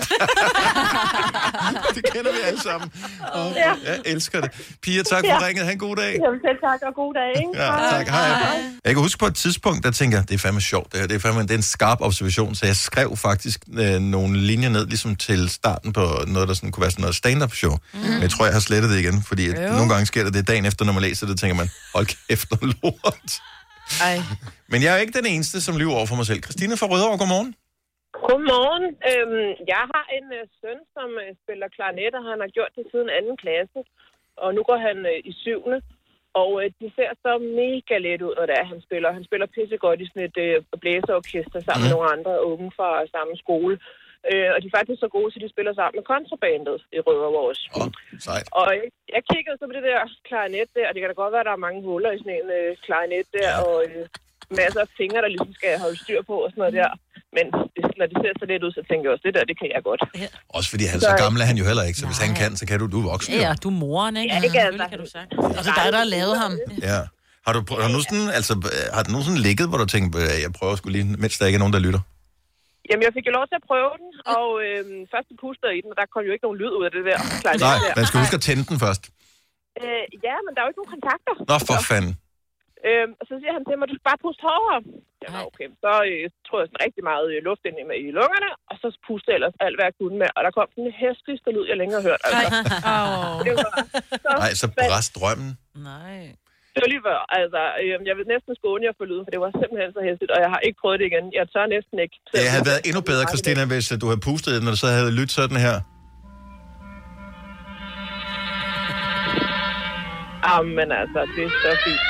Det kender vi alle sammen. Oh, Ja. jeg elsker det. Pia, tak for Ja. ringet. Ha' en god dag. Jeg vil selv tak, og god dag, ikke? Ja, tak. Hej. Jeg kan huske på et tidspunkt, der tænker jeg, det er fandme sjovt. Det, her. det er fandme det er en skarp observation, så jeg skrev faktisk øh, nogle linjer ned, ligesom til starten på noget, der sådan kunne være sådan noget stand-up show. Mm. Men jeg tror, jeg har slettet det igen, fordi at nogle gange sker det, det dagen efter, når man læser det, tænker man, hold kæft, noget lort. Ej. Men jeg er jo ikke den eneste, som lyver over for mig selv. Christine fra Rødovre, godmorgen. Godmorgen. Øhm, jeg har en øh, søn, som øh, spiller klarinet, og han har gjort det siden anden klasse. Og nu går han øh, i syvende. Og øh, det ser så mega let ud, når det er, han spiller. Han spiller pissegodt i sådan et øh, blæserorkester sammen mm. med nogle andre unge fra samme skole. Øh, og de er faktisk så gode, så de spiller sammen med kontrabandet i Rødovre også. Åh, oh, sejt. Og jeg, jeg kiggede så på det der klarinet der, og det kan da godt være, at der er mange huller i sådan en øh, klarinet der, og øh, masser af fingre, der ligesom skal holde styr på og sådan noget der. Men det, når det ser så let ud, så tænker jeg også, det der, det kan jeg godt. Ja. Også fordi han så gammel er han jo heller ikke, så hvis han kan, så kan du, du er voksen. Ja, jo. ja, du er moren, ikke? Ja, det kan jeg Selvfølgelig kan du sagt. Og det er dig, der har lavet ham. Ja. Har du, prø- har du sådan, altså, har du nogensinde ligget, hvor du tænker, at jeg prøver sgu lige, mens der ikke er nogen, der lytter? Jamen, jeg fik jo lov til at prøve den, og øh, først pustede i den, og der kom jo ikke nogen lyd ud af det der klarinet Nej, der. man skal huske at tænde den først. Øh, ja, men der er jo ikke nogen kontakter. Nå, for fanden. Øhm, og så siger han til mig, du skal bare puste hårdere. Ja, okay. Så øh, tror jeg sådan rigtig meget øh, luft ind i, i lungerne, og så puste jeg ellers alt, hvad jeg kunne med. Og der kom den hæsligste lyd, jeg længere har hørt. Altså. Oh. Det var, så, Nej, så bræst drømmen. Nej. det var lige før. Altså, øh, jeg vil næsten skåne jer for lyden, for det var simpelthen så hæsligt, og jeg har ikke prøvet det igen. Jeg tør næsten ikke. Det havde været endnu bedre, Christina, hvis du havde pustet den, og så havde lyttet sådan her. Jamen altså, det er så fint.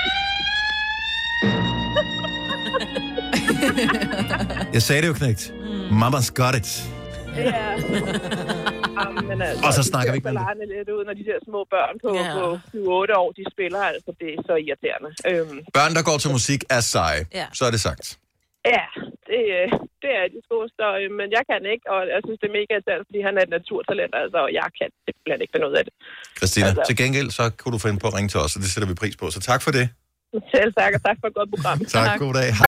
Jeg sagde det jo, knægt. Mama's got it. Ja. Jamen, altså, Og så snakker vi ikke med med det. lidt ud, når de der små børn på, Ja. på syv otte år, de spiller, altså det er så irriterende. Øhm, Børn, der går til musik, er seje. Ja. Så er det sagt. ja, det, øh, det er de sko, så, øh, men jeg kan ikke, og jeg synes, det er mega irriterende, fordi han er et naturtalent, altså, og jeg kan simpelthen ikke finde ud af det. Christina, Altså. til gengæld, så kunne du finde på at ringe til os, og det sætter vi pris på. Så tak for det. Selv tak, og tak for et godt program. Tak, tak. God dag.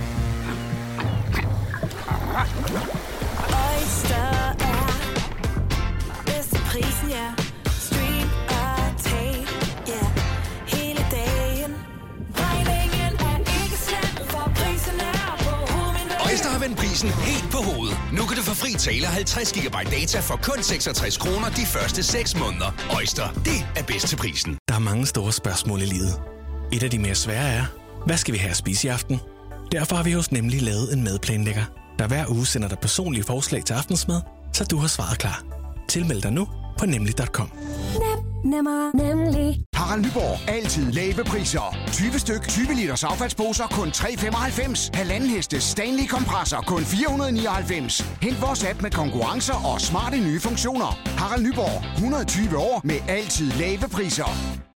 Oyster er bedst til prisen, ja. Stream og tag, ja. Hele dagen. Regningen er ikke slem, for prisen er på hovedet. Oyster har har vendt prisen helt på hovedet. Nu kan du få fri tale halvtreds gigabyte data for kun seksogtres kroner de første seks måneder. Øjster, det er bedst til prisen. Der er mange store spørgsmål i livet. Et af de mere svære er, hvad skal vi have at spise i aften? Derfor har vi hos Nemlig lavet en madplanlægger, der hver uge sender dig personlige forslag til aftensmad, så du har svaret klar. Tilmeld dig nu på nemlig punktum com. Nem, nemmer, nemlig. Harald Nyborg. Altid lave priser. tyve styk, tyve liters affaldsposer kun tre komma femoghalvfems. Halvanden heste Stanley kompresser kun fire hundrede nioghalvfems. Hent vores app med konkurrencer og smarte nye funktioner. Harald Nyborg. hundrede og tyve år med altid lave priser.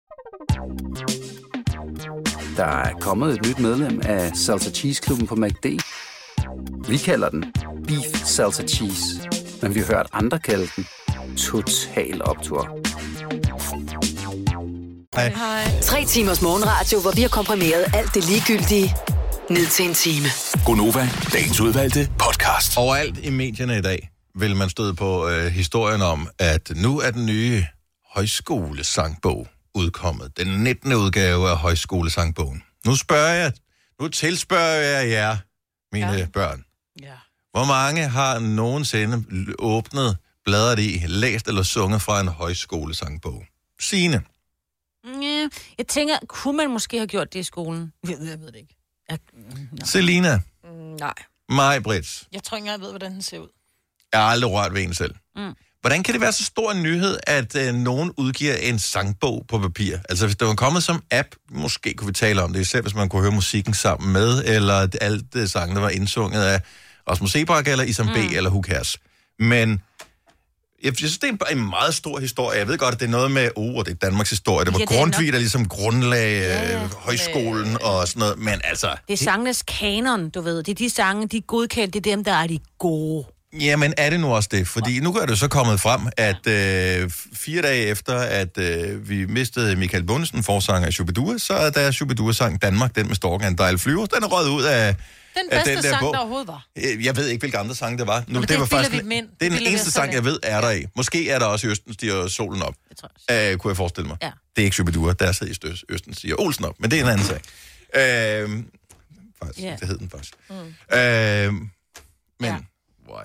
Der er kommet et nyt medlem af Salsa Cheese Klubben på McD. Vi kalder den Beef Salsa Cheese, men vi har hørt andre kalde den Total Optur. Hej. Hej. Tre timers morgenradio, hvor vi har komprimeret alt det ligegyldige ned til en time. Gonova, dagens udvalgte podcast. Overalt i medierne i dag vil man støde på øh, historien om, at nu er den nye højskolesangbog udkommet. Den nittende udgave af højskolesangbogen. Nu spørger jeg, nu tilspørger jeg jer, mine ja. børn. Ja. Hvor mange har nogensinde åbnet, bladret i, læst eller sunget fra en højskolesangbog? Signe? Ja, jeg tænker, kunne man måske have gjort det i skolen? Jeg ved, jeg ved det ikke. Jeg, ja. Selina? Mm, nej. Maj-Brit? Jeg tror ikke, jeg ved, hvordan den ser ud. Jeg har aldrig rørt ved en selv. Mm. Hvordan kan det være så stor en nyhed, at øh, nogen udgiver en sangbog på papir? Altså, hvis det var kommet som app, måske kunne vi tale om det, især hvis man kunne høre musikken sammen med, eller at alt det sang, der var indsunget af Rasmus Sebak, eller Isam mm. B, eller Who Cares. Men jeg synes, det er en meget stor historie. Jeg ved godt, at det er noget med, oh, det er Danmarks historie. Det var ja, Grundtvig, der ligesom grundlag ja, øh, højskolen øh, og sådan noget, men altså... Det er sangenes kanon, du ved. Det er de sange, de er godkendt, det er dem, der er de gode. Jamen, er det nu også det? Fordi nu er det så kommet frem, at øh, fire dage efter, at øh, vi mistede Michael Bundesen, forsanger af Shubidua, så er der Shubidua-sang Danmark, den med Storken en dejlig flyver, den er røget ud af den bedste af den der sang, bog. der overhovedet var. Jeg ved ikke, hvilke andre sange det var. Nu, det, det, var det, faktisk, det, det er den eneste sang, jeg ved, er der i. Måske er der også i Østen stiger solen op. Det tror jeg. Øh, kunne jeg forestille mig. Ja. Det er ikke Shubidua, der sidder i Østen stiger Olsen op, men det er en anden sag. Øh, faktisk, yeah. Det hed den faktisk. Mm. Øh, men, ja. why?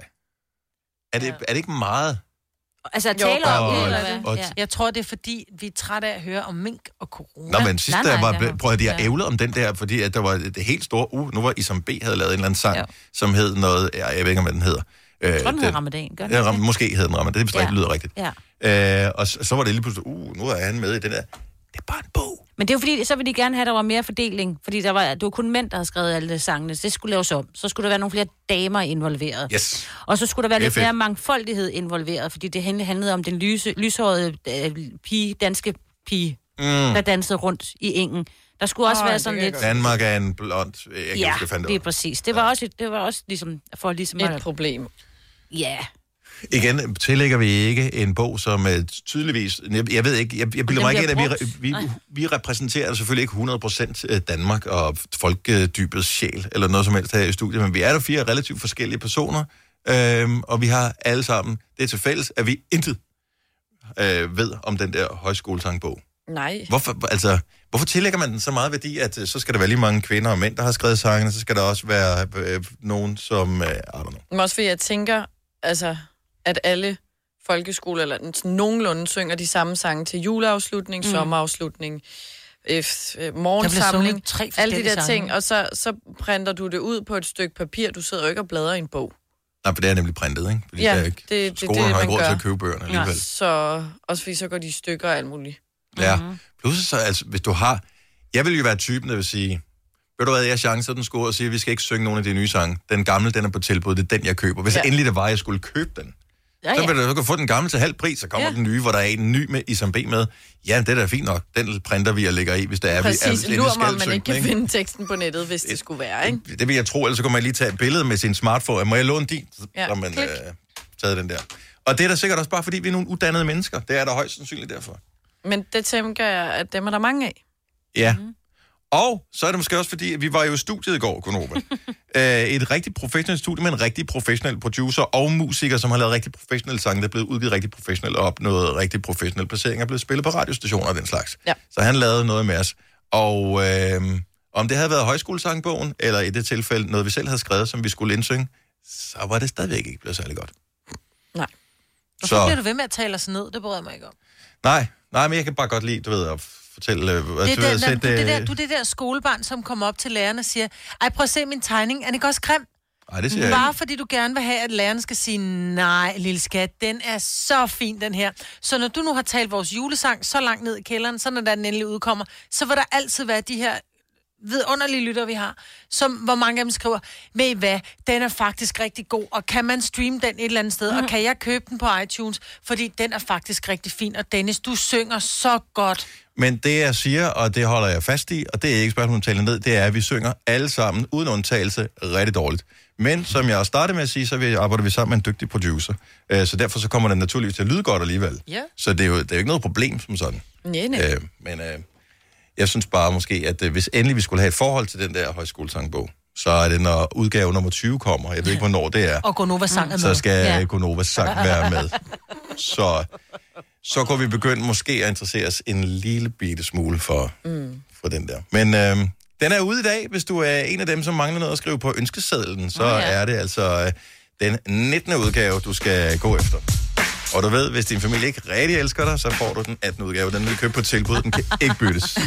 Er det, er det ikke meget? Altså at tale om det, eller hvad? Ja. Jeg tror, det er fordi, vi er trætte af at høre om mink og corona. Nå, men sidst der var, prøvede jeg, de har ævlet om den der, fordi at der var det helt store, uh, nu var Isam B havde lavet en eller anden sang, ja. som hed noget, ja, jeg ved ikke, hvad den hedder. Jeg tror, den hedder Ramadan, gør den ja, ram, måske hed den Ramadan, det er ja. lyder rigtigt. Ja. Øh, og så, så var det lige pludselig, uh, nu er han med i den der, det er bare en bog. Men det er jo fordi, så ville de gerne have, at der var mere fordeling. Fordi der var, det var kun mænd, der havde skrevet alle de sangene. Det skulle laves om. Så skulle der være nogle flere damer involveret. Yes. Og så skulle der være lidt mere mangfoldighed involveret. Fordi det handlede om den lyse, lyshårede øh, pige, danske pige, mm. der dansede rundt i engen. Der skulle også oh, være sådan lidt... Danmark er en blond... Jeg kan ja, huske, det det er præcis. Det var, ja. også, det var også ligesom... For ligesom et at... problem. Ja. Igen tillægger vi ikke en bog, som uh, tydeligvis... Jeg, jeg ved ikke, jeg, jeg bilder mig ikke, at vi, vi, vi repræsenterer selvfølgelig ikke hundrede procent Danmark og folkedybets sjæl, eller noget som helst her i studiet, men vi er der fire relativt forskellige personer, øhm, og vi har alle sammen det til fælles, at vi intet øh, ved om den der højskolesangbog. Nej. Hvorfor, altså, hvorfor tillægger man den så meget værdi, at så skal der være lige mange kvinder og mænd, der har skrevet sangene, så skal der også være øh, nogen, som... Øh, I don't know. Men også fordi jeg tænker, altså... at alle folkeskoler eller nogenlunde synger de samme sange til juleafslutning, mm. sommerafslutning, øh, morgensamling, alle de der sange. ting, og så, så printer du det ud på et stykke papir. Du sidder jo ikke og bladrer i en bog. Nej, for det er nemlig printet, ikke? Fordi ja, der er ikke, det, det, skolerne det, har ikke råd gør. til at købe bøgerne alligevel. Ja, så også fordi så går de i stykker og alt muligt. Ja, mm-hmm. Plus så, altså, hvis du har... Jeg vil jo være typen, der vil sige... Ved du hvad, jeg chancer den skole og siger, at vi skal ikke synge nogle af de nye sange. Den gamle, den er på tilbud, det er den, jeg køber. Hvis ja. endelig det var, jeg skulle købe den, ja, ja. så vil du kan få den gamle til halv pris, så kommer ja. den nye, hvor der er en ny med Isam B med. Ja, det er da fint nok. Den printer vi og lægger i, hvis der er... Præcis, lurer mig, om man ikke kan ikke? finde teksten på nettet, hvis det skulle være, ikke? Det vil jeg tro, ellers så kan man lige tage et billede med sin smartphone. Må jeg låne din? Så ja, har man øh, taget den der. Og det er da sikkert også bare, fordi vi er nogle uddannede mennesker. Det er der højst sandsynligt derfor. Men det tænker jeg, at dem er der mange af. Ja. Mm. Og så er det måske også fordi, at vi var jo i studiet i går, Gunova. Æh, et rigtig professionelt studie med en rigtig professionel producer og musiker, som har lavet rigtig professionelle sange, der er blevet udgivet rigtig professionelt og opnået rigtig professionelle placeringer, er blevet spillet på radiostationer og den slags. Ja. Så han lavede noget med os. Og, øh, Om det havde været højskolesangbogen, eller i det tilfælde noget, vi selv havde skrevet, som vi skulle indsynge, så var det stadigvæk ikke blevet særlig godt. Nej. Hvorfor så... bliver du ved med at tale os ned? Det bryder mig ikke om. Nej, nej, men jeg kan bare godt lide, du ved, at fortælle... Øh, det er du, den, ved, den, du, det der, du er det der skolebarn, som kommer op til læreren og siger, ej, prøv at se min tegning, er den ikke også grim? Nej, det siger jeg Bare ikke. fordi du gerne vil have, at læreren skal sige, nej, lille skat, den er så fin, den her. Så når du nu har talt vores julesang så langt ned i kælderen, så når den endelig udkommer, så vil der altid være de her vidunderlige lytter, vi har, som, hvor mange af dem skriver, ved I hvad, den er faktisk rigtig god, og kan man streame den et eller andet sted, mm. og kan jeg købe den på iTunes, fordi den er faktisk rigtig fin, og Dennis, du synger så godt. Men det, jeg siger, og det holder jeg fast i, og det er ikke spørgsmål om at tale ned, det er, at vi synger alle sammen, uden undtagelse, rigtig dårligt. Men som jeg også startede med at sige, så arbejder vi sammen med en dygtig producer. Så derfor så kommer det naturligvis til at lyde godt alligevel. Ja. Så det er jo det er jo ikke noget problem som sådan. Nej, nej. Øh, men øh, jeg synes bare måske, at øh, hvis endelig vi skulle have et forhold til den der højskolesangbog, så er det, når udgave nummer tyve kommer. Jeg ved ikke, hvornår det er. Og Gonova sang er med. Så skal ja. Gonova sang være med. Så, så kunne vi begynde måske at interessere os en lille bitte smule for, mm. for den der. Men... Øh, den er ude i dag. Hvis du er en af dem, som mangler noget at skrive på ønskesedlen, så oh, ja. er det altså øh, den nittende udgave, du skal gå efter. Og du ved, hvis din familie ikke rigtig elsker dig, så får du den attende udgave. Den vil købe på tilbud, den kan ikke byttes.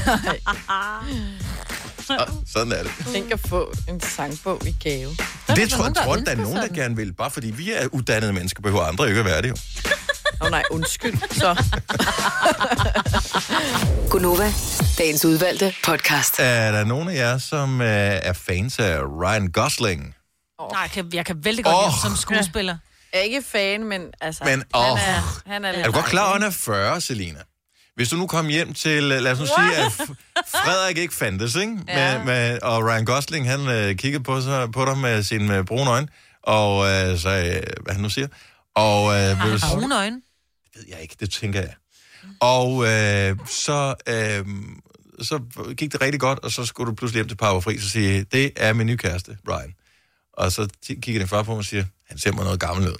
Og sådan er det. Tænk at få en sangbog i gave. Det, det tror jeg, tror, der er nogen, der gerne vil. Bare fordi vi er uddannede mennesker, behøver andre ikke at være det jo. Åh oh, nej, undskyld. Så. Gunova, dagens udvalgte podcast. Er der nogen af jer, som øh, er fans af Ryan Gosling? Oh. Nej, jeg kan, jeg kan vældig godt oh. lide som skuespiller. Jeg er ikke fan, men altså... Men, oh. han er, han er, er du godt klar, at han er fyrre, Selina? Hvis du nu kom hjem til, lad os nu sige, at Frederik ikke fandtes, ikke? Ja. Med, med, og Ryan Gosling, han øh, kiggede på, sig, på dig med sine øh, brune øjne, og øh, sagde, øh, hvad han nu siger. Og, øh, har han brune øjne? Det ved jeg ikke, det tænker jeg. Og øh, så, øh, så gik det rigtig godt, og så skulle du pludselig hjem til Powerfri, så sige, det er min nye kæreste, Ryan. Og så kigger din far på mig og siger, han ser mig noget gammel ud.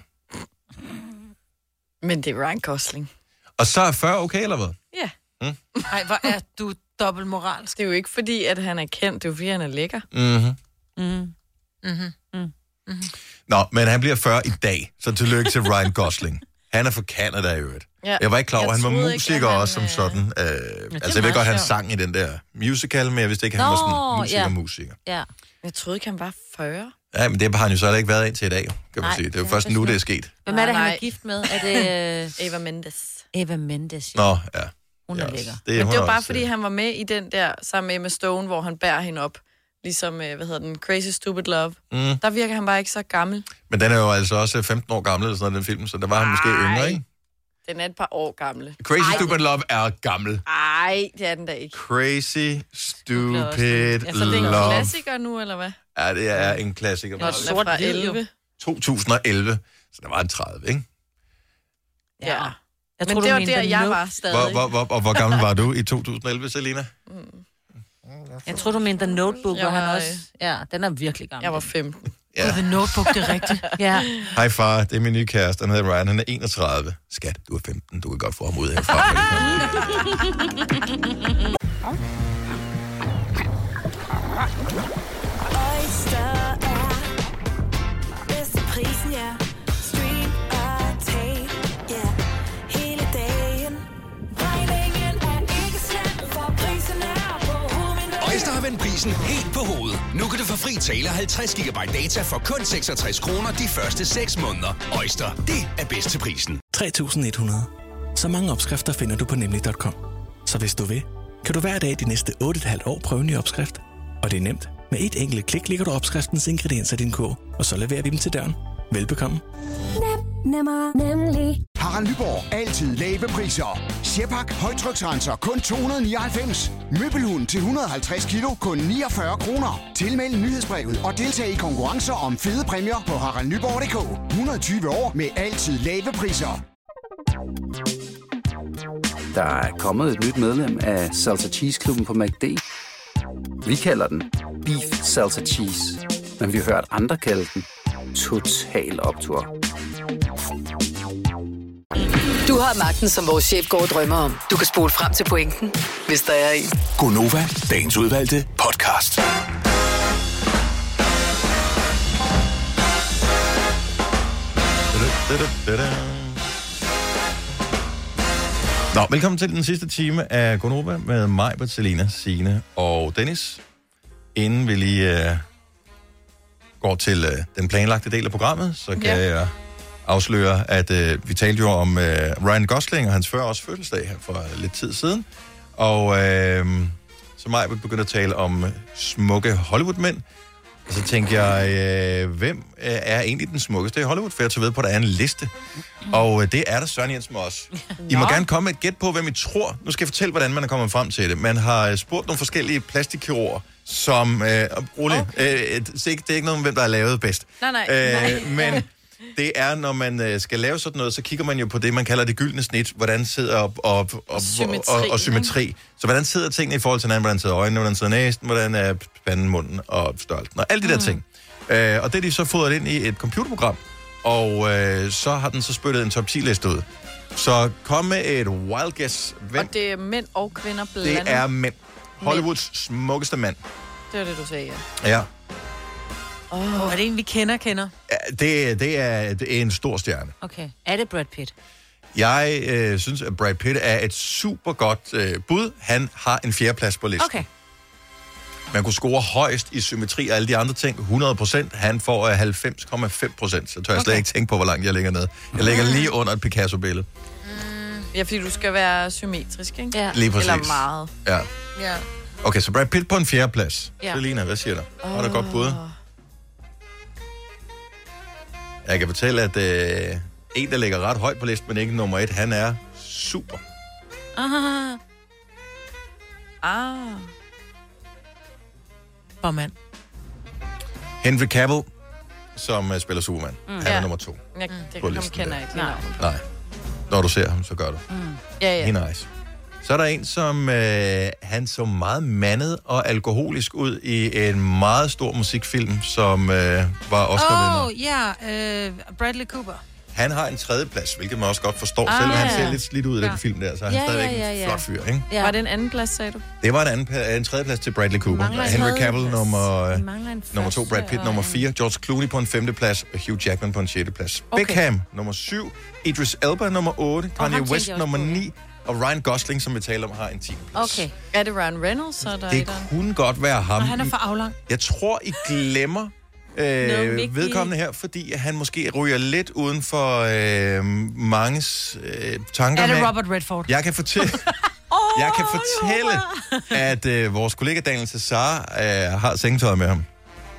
Men det er Ryan Gosling. Og så er fyrre okay, eller hvad? Ja. Mm? Ej, hvor er du dobbeltmoralsk. Det er jo ikke fordi, at han er kendt, det er jo fordi, han er lækker. Mhm. Mm. Mhm. Mm. Mm-hmm. Nå, men han bliver fyrre i dag, så tillykke til Ryan Gosling. Han er fra Canada i øvrigt. Ja, jeg var ikke klar over, han var musiker ikke, han, også som sådan. Øh, altså, jeg ved godt, han sang i den der musical, men jeg vidste ikke, han Nå, var sådan musiker-musiker. Ja. ja. Jeg troede ikke, han var fyrre. Ja, men det har han jo så heller ikke været indtil i dag, kan man Nej, sige. Det er jo først nu, det er sket. Hvem er det, han er gift med? Er det... Eva Mendes. Eva Mendes, ja. Nå, ja. Hun er lækker. Det men det var bare, også, fordi han var med i den der, sammen med Emma Stone, hvor han bærer hende op. Ligesom, hvad hedder den, Crazy Stupid Love. Mm. Der virker han bare ikke så gammel. Men den er jo altså også femten år gammel, eller sådan noget, den film, så der var han måske yngre, ikke? Den er et par år gammel. Crazy Ej, Stupid Love er gammel. Nej, det er den da ikke. Crazy Stupid ja, så det er en Love. klassiker nu, eller hvad? Ja, det er en klassiker. Ja, den er fra elleve. to tusind og elleve, så der var en tredive, ikke? Ja. Jeg Men tror, det var der, jeg var stadig. Hvor, hvor, hvor, og hvor gammel var du i to tusind og elleve, Selina? Mm. Jeg tror, du mente The Notebook, hvor han også... Ja, den er virkelig gammel. Jeg var femten. Ja. The Notebook, det er rigtigt. Ja. Hej far, det er min nye kæreste, han hedder Ryan, han er enogtredive. Skat, du er femten, du kan godt få ham ud herfra. Oyster er bedst til prisen, ja. Stream og tag, ja. Hele dagen. Regningen er ikke slem, for prisen er på hovedet. Oyster har vendt prisen helt på hovedet. Nu kan du få fri tale halvtreds gigabyte data for kun seksogtres kroner de første seks måneder. Oyster, det er bedst til prisen. tre tusind et hundrede. Så mange opskrifter finder du på nemlig punktum com. Så hvis du vil, kan du hver dag de næste otte komma fem år prøve en ny opskrift. Og det er nemt. Med et enkelt klik ligger du opskriftens ingredienser i din kog, og så leverer vi dem til døren. Velbekomme. Nem, nemmer, nemlig. Harald Nyborg. Altid lave priser. Sjehpak. Højtryksrenser. Kun to hundrede nioghalvfems. Møbelhund til et hundrede og halvtreds kilo. Kun niogfyrre kroner. Tilmeld nyhedsbrevet og deltag i konkurrencer om fede præmier på harald nyborg punktum d k. et hundrede og tyve år med altid lave priser. Der er kommet et nyt medlem af Salsa Cheese Klubben på McD. Vi kalder den Beef Salsa Cheese, men vi har hørt andre kalde den Total Optur. Du har magten, som vores chef går og drømmer om. Du kan spole frem til pointen, hvis der er en. Gonova, dagens udvalgte podcast. Nå, velkommen til den sidste time af Gonova med mig, Selina, Signe og Dennis. Inden vi lige uh, går til uh, den planlagte del af programmet, så kan ja. jeg afsløre, at uh, vi talte jo om uh, Ryan Gosling og hans fyrre-års fødselsdag her for lidt tid siden. Og uh, så mig begyndte at tale om smukke Hollywood-mænd. Og så tænkte jeg, øh, hvem er egentlig den smukkeste i Hollywood? For jeg tager ved på, at der er en liste. Og øh, det er der Søren Jensen også. I må gerne komme med et gæt på, hvem I tror. Nu skal jeg fortælle, hvordan man er kommet frem til det. Man har spurgt nogle forskellige plastikkirurger, som... Øh, roligt, okay. øh, det er ikke noget, hvem der er lavet bedst. Nej, nej. Øh, nej. Men det er, når man øh, skal lave sådan noget, så kigger man jo på det, man kalder det gyldne snit. Hvordan sidder op, op, op, og, symmetri, og, og symmetri. Så hvordan sidder tingene i forhold til hinanden? Hvordan sidder øjnene? Hvordan sidder næsen? Hvordan er panden, munden og størrelsen? Og alle de der mm. ting. Øh, og det er de så fodret ind i et computerprogram. Og øh, så har den så spyttet en top ti-liste ud. Så kom med et wild guess. Hvem? Og det er mænd og kvinder blandet. Det er mænd. Hollywoods smukkeste mand. Det var det, du sagde, ja. Ja. Oh. Er det en, vi kender, kender? Ja, det, det, er, det er en stor stjerne. Okay. Er det Brad Pitt? Jeg øh, synes, at Brad Pitt er et super godt øh, bud. Han har en fjerdeplads på listen. Okay. Man kunne score højst i symmetri og alle de andre ting. hundrede procent. Han får øh, halvfems komma fem procent. Så tør jeg okay. slet ikke tænke på, hvor langt jeg ligger ned. Jeg ligger lige under et Picasso-billede. Mm. Ja, fordi du skal være symmetrisk, ikke? Ja. Lige præcis. Eller meget. Ja. Ja. Okay, så Brad Pitt på en fjerdeplads. Ja. Selina, hvad siger du? Oh. Har du godt bud? Jeg kan fortælle, at øh, en, der ligger ret højt på listen, men ikke nummer et, han er super. Ah. Ah. Bormand. Henry Cavill, som uh, spiller Superman. Mm. Han Ja. er nummer to. Jeg, det på ham listen kender der. jeg ikke. Nej. Nej. Når du ser ham, så gør du. Mm. Ja, ja. He nice. Så er der en, som øh, han så meget mandet og alkoholisk ud i en meget stor musikfilm, som øh, var Oscar-vinder. Åh, oh, ja. Uh, Bradley Cooper. Han har en tredjeplads, hvilket man også godt forstår. Ah, Selvom ja. han ser lidt slidt ud i ja. den film der, så er han Ja, stadigvæk ja, ja, ja. en flot fyr, ikke? Ja. Var det en anden plads, sagde du? Det var en, anden, en tredjeplads til Bradley Cooper. Mangler en Henry tredjeplads. Cavill nummer, Vi mangler en nummer to, første Brad Pitt og nummer en- fire, George Clooney på en femteplads, og Hugh Jackman på en sjetteplads. Okay. Beckham nummer syv, Idris Elba nummer otte, ham Kanye tænkte West jeg også nummer på, ja. ni, og Ryan Gosling, som vi taler om, har en tiende plads. Okay. Er det Ryan Reynolds, så der Det kunne godt være ham. Og han er for aflang. Jeg tror, I glemmer No, øh, Mickey. vedkommende her, fordi han måske ryger lidt uden for øh, manges øh, tanker. Er det med- Robert Redford? Jeg kan fortælle, Oh, jeg kan fortælle at øh, vores kollega Daniel Cesar øh, har sengetøjet med ham.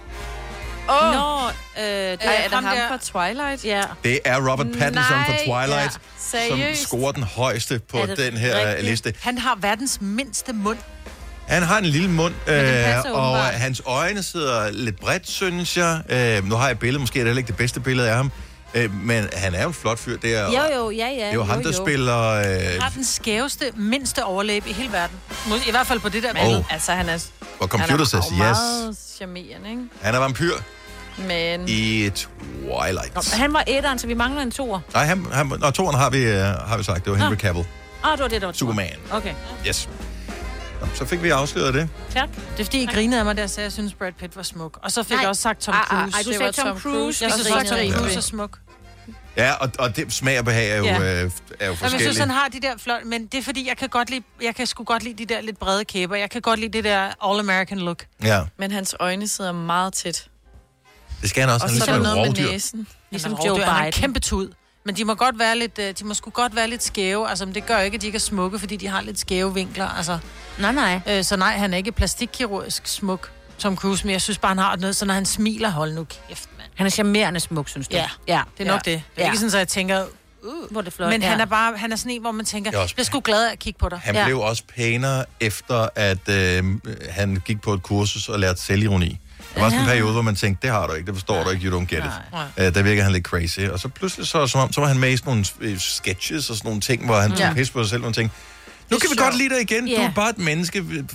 Åh! Oh. Nå, øh, det Ej, er det ham der- fra Twilight? Ja. Det er Robert Pattinson Nej, fra Twilight, ja. som Seriøst? scorer den højeste på Er det den her rigtigt? liste. Han har verdens mindste mund. Han har en lille mund, den øh, passer og åbenbart. hans øjne sidder lidt bredt, synes jeg. Øh, nu har jeg et billede, måske er det heller ikke det bedste billede af ham, øh, men han er jo en flot fyr. Det er, Jo, jo, ja, ja. det er jo ham, der jo. spiller... Øh, Han har den skæveste, mindste overlæb i hele verden. Må- I hvert fald på det der Men- billede. Oh. Altså, han er, hvor computer han says er yes. meget charmerende, ikke? Han er vampyr Men... i Twilight. Nå, han var etteren, så vi mangler en toer. Nej, han, han, og toren har vi, uh, har vi sagt. Det var Henry Nå. Cavill. Ah, det var det, der var toeren. Superman. Okay, Yes. Nå, så fik vi afsløret det. tak. Det er fordi, I grinede af mig, da jeg sagde, at jeg synes, Brad Pitt var smuk. Og så fik Nej. jeg også sagt Tom Ah, ah, Cruise. ej, du Det sagde var Tom Tom Cruise. Cruise. Jeg og synes så også, sagde Tom jeg Cruise er Ray. smuk. Ja, og, og det smag og behag er jo, Ja. øh, er jo Jamen, forskellige. jeg synes, han har de der flot... Men det er fordi, jeg kan godt lide... Jeg kan sgu godt lide de der lidt brede kæber. Jeg kan godt lide det der all-American look. Ja, Men hans øjne sidder meget tæt. det skal han også. Og Han er så er ligesom der et noget med rovdyr. næsen. Ligesom Han er Joe rovdyr, han er en Biden. kæmpe tud. Men de må godt være lidt, øh, de må sgu godt være lidt skæve. Altså, men det gør jo ikke, at de ikke er smukke, fordi de har lidt skæve vinkler. Altså, Nej, nej. øh, så nej, han er ikke plastikkirurgisk smuk, Tom Cruise, men jeg synes bare, han har noget, så når han smiler, hold nu kæft, mand. Han er charmerende smuk, synes du? Ja, ja. det er nok det. Det er Ja. ikke sådan, at jeg tænker, Hvor er det flot. men ja. han er bare, han er sådan en, hvor man tænker, Det er jeg også- bliver sgu glad af at kigge på dig. Han Ja. blev også pænere efter, at øh, han gik på et kursus og lærte selvironi. Der var også en periode, hvor man tænkte, det har du ikke, det forstår du ikke, you don't get it. Uh, der virker han lidt crazy. Og så pludselig så, som om, så var han med i sådan nogle øh, sketches og sådan nogle ting, hvor han tog Ja. pis på sig selv og tænkte, nu Det er kan vi sjovt. godt lide dig igen, du Ja. er bare et menneske.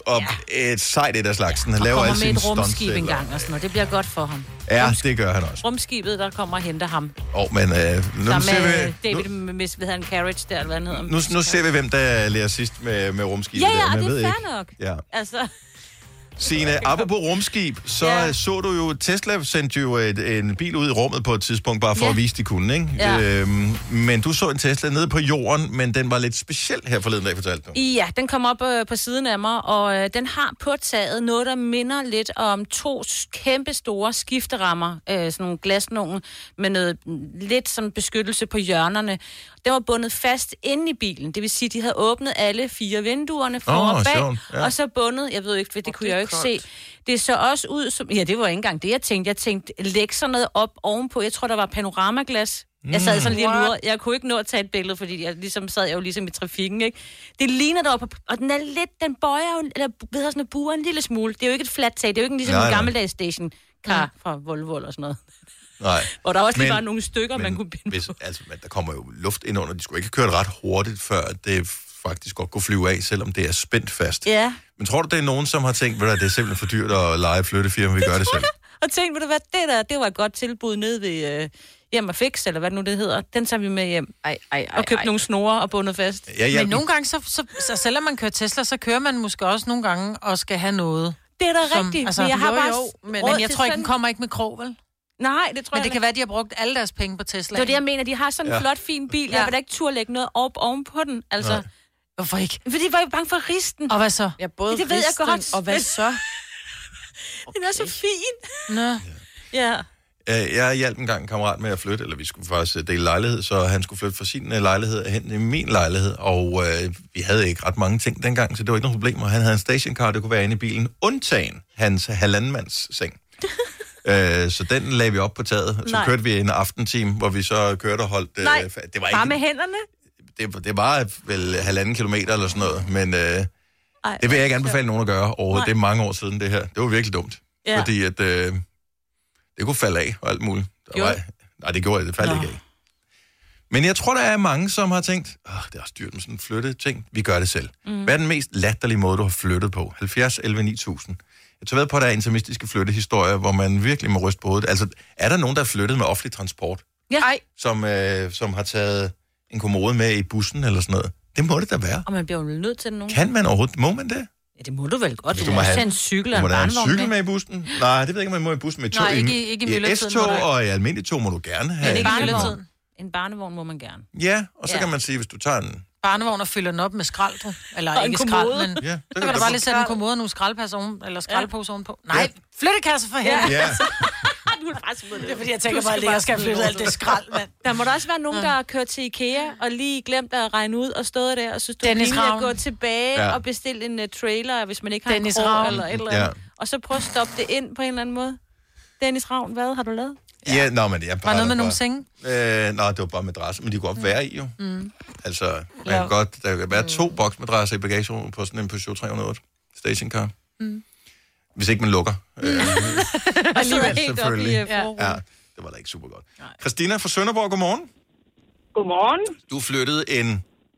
og ja. et sejt et af slagsen. Han Og laver kommer alle med sine et stunts. rumskib selv, engang og sådan noget. Det bliver godt for ham. Ja, det gør han også. Rumskibet, der kommer og henter ham. Åh, oh, men øh, nu, Sammen ser med vi, David, nu, med, med, hvad hedder han, Carriage der, eller hvad han hedder. nu, nu ser vi, hvem der lærer sidst med, med rumskibet. Ja, ja, der, og men jeg det ved er ikke. fair nok. Ja. Altså, Signe, apropos rumskib, så Ja. ja. så du jo, Tesla sendte jo et, en bil ud i rummet på et tidspunkt, bare for Ja. at vise, de kunne, ikke? Ja. Øhm, men du så en Tesla nede på jorden, men den var lidt speciel her forleden dag, fortalte du. ja, den kom op øh, på siden af mig, og øh, den har på taget noget, der minder lidt om to s- kæmpe store skifterammer, øh, sådan nogle glasnogen, med noget mm, lidt som beskyttelse på hjørnerne. Den var bundet fast inde i bilen, det vil sige, de havde åbnet alle fire vinduerne for Åh, og bag, sjovt, ja. og så bundet, jeg ved ikke, for det kunne det jeg er jo ikke koldt. se. Det så også ud som, ja, det var ikke engang det, jeg tænkte. Jeg tænkte, læg sådan noget op ovenpå. Jeg tror, der var panoramaglas. Jeg sad sådan lige og lurede. Jeg kunne ikke nå at tage et billede, fordi jeg ligesom sad jeg jo ligesom i trafikken, ikke? Det ligner der på, og den er lidt, den bøjer jo, eller ved jeg, sådan en buer en lille smule. Det er jo ikke et flat tag, det er jo ikke ligesom Nej, en nej. gammeldags stationcar fra Volvo eller sådan noget. Nej. Hvor der også lige Men- var nogle stykker, men man kunne binde hvis, på. altså, men der kommer jo luft ind under. De skulle ikke have kørt ret hurtigt, før det faktisk godt kunne flyve af, selvom det er spændt fast. Ja. Men tror du, det er nogen, som har tænkt, at det er simpelthen for dyrt at lege flyttefirma, vi gør det selv? Og tænkte, ved du hvad, det der, det var et godt tilbud nede ved øh, Hjem og Fix, eller hvad nu det hedder. Den tager vi med hjem. Ej, ej, ej, og købte ej. nogle snore og bundet fast. Ja, ja. Men nogle gange, så, så, så selvom man kører Tesla, så kører man måske også nogle gange og skal have noget. Det er da Som- rigtigt, altså, men jeg har jo, bare... jo, men, råd men jeg til tror ikke, sådan- den kommer ikke med krog, vel? Nej, det tror Men jeg det kan være, at de har brugt alle deres penge på Tesla. Det er det, jeg mener. De har sådan en Ja. ja. flot, fin bil. Ja. Jeg vil da ikke turde lægge noget op ovenpå den. Altså, Nej. Hvorfor ikke? fordi jeg var jo bange for risten. Og hvad så? Ja, både Det ved jeg risten, godt. og hvad så? Den er så fin. Nå. Ja. Øh, Jeg hjalp en gang en kammerat med at flytte, eller vi skulle faktisk dele lejlighed, så han skulle flytte fra sin øh, lejlighed hen i min lejlighed, og øh, vi havde ikke ret mange ting dengang, så det var ikke noget problem, og han havde en stationcar, det kunne være inde i bilen, undtagen hans halvandemands seng. øh, så den lagde vi op på taget, så Nej. kørte vi en aftentime, hvor vi så kørte og holdt... Øh, Nej, fa- det var bare ikke, med hænderne. det, det var vel halvanden kilometer eller sådan noget, men øh, Ej, det vil jeg ikke anbefale nogen at gøre overhovedet. Nej. Det er mange år siden det her. Det var virkelig dumt, Ja. fordi at... Øh, det kunne falde af og alt muligt. Der Gjorde var, nej, det gjorde det. Det faldt Nå. ikke af. Men jeg tror, der er mange, som har tænkt, åh, det er også dyrt med sådan en flyttet ting. Vi gør det selv. Mm. Hvad er den mest latterlige måde, du har flyttet på? halvfjerds elleve ni tusind. Jeg tror ved på, at der er intimistiske flyttehistorier, hvor man virkelig må ryste på hovedet. Altså, er der nogen, der er flyttet med offentlig transport, Ja. Ej. som, øh, som har taget en kommode med i bussen eller sådan noget? Det må det da være. Og man bliver jo nødt til nogen. Kan man overhovedet? Må man det? Ja, det må du vel godt. Du, Du må må også have- have en cykel og Må en der have en barnevogn cykel med i bussen? Nej, det ved jeg ikke, om man må i bussen med tog. Nej, ikke i- ikke i I myldretiden S-tog må der ikke. og i almindelige tog må du gerne have. Men ikke i barnevogn. myldretiden. En barnevogn må man gerne. Ja, og så Ja. kan man sige, hvis du tager en... Barnevogn og fylder den op med skrald, du. Eller Og en ikke kommode. skrald, men... Ja, det Så kan du bare lige sætte en kommode og nogle skraldpasser oven, eller skraldpose ovenpå. Nej, flyttekasser for helvede. Ja, Du er faktisk med Det er fordi, jeg tænker bare, at jeg skal flytte alt det skrald, mand. Der må der også være nogen, der har kørt til IKEA og lige glemt at regne ud og stået der og synes, det er Dennis pinligt at Ravn. gå tilbage Ja. og bestille en uh, trailer, hvis man ikke har Dennis en krog Ravn. eller et eller Ja. andet. Og så prøve at stoppe det ind på en eller anden måde. Dennis Ravn, hvad har du lavet? ja, nå, men jeg Var noget med nogle senge? Øh, nej, det var bare madrasser, men de kunne godt være i jo. Mm. Altså, man Ja. kan godt, der kan være to boksmadrasser i bagagerummet på sådan en Peugeot tre hundrede og otte stationcar. Mm. Hvis ikke man lukker. Øh, Og sidder helt oppe selvfølgelig. i uh, forruden. ja, det var da ikke super godt. Christina fra Sønderborg, godmorgen. Godmorgen. Du flyttede en...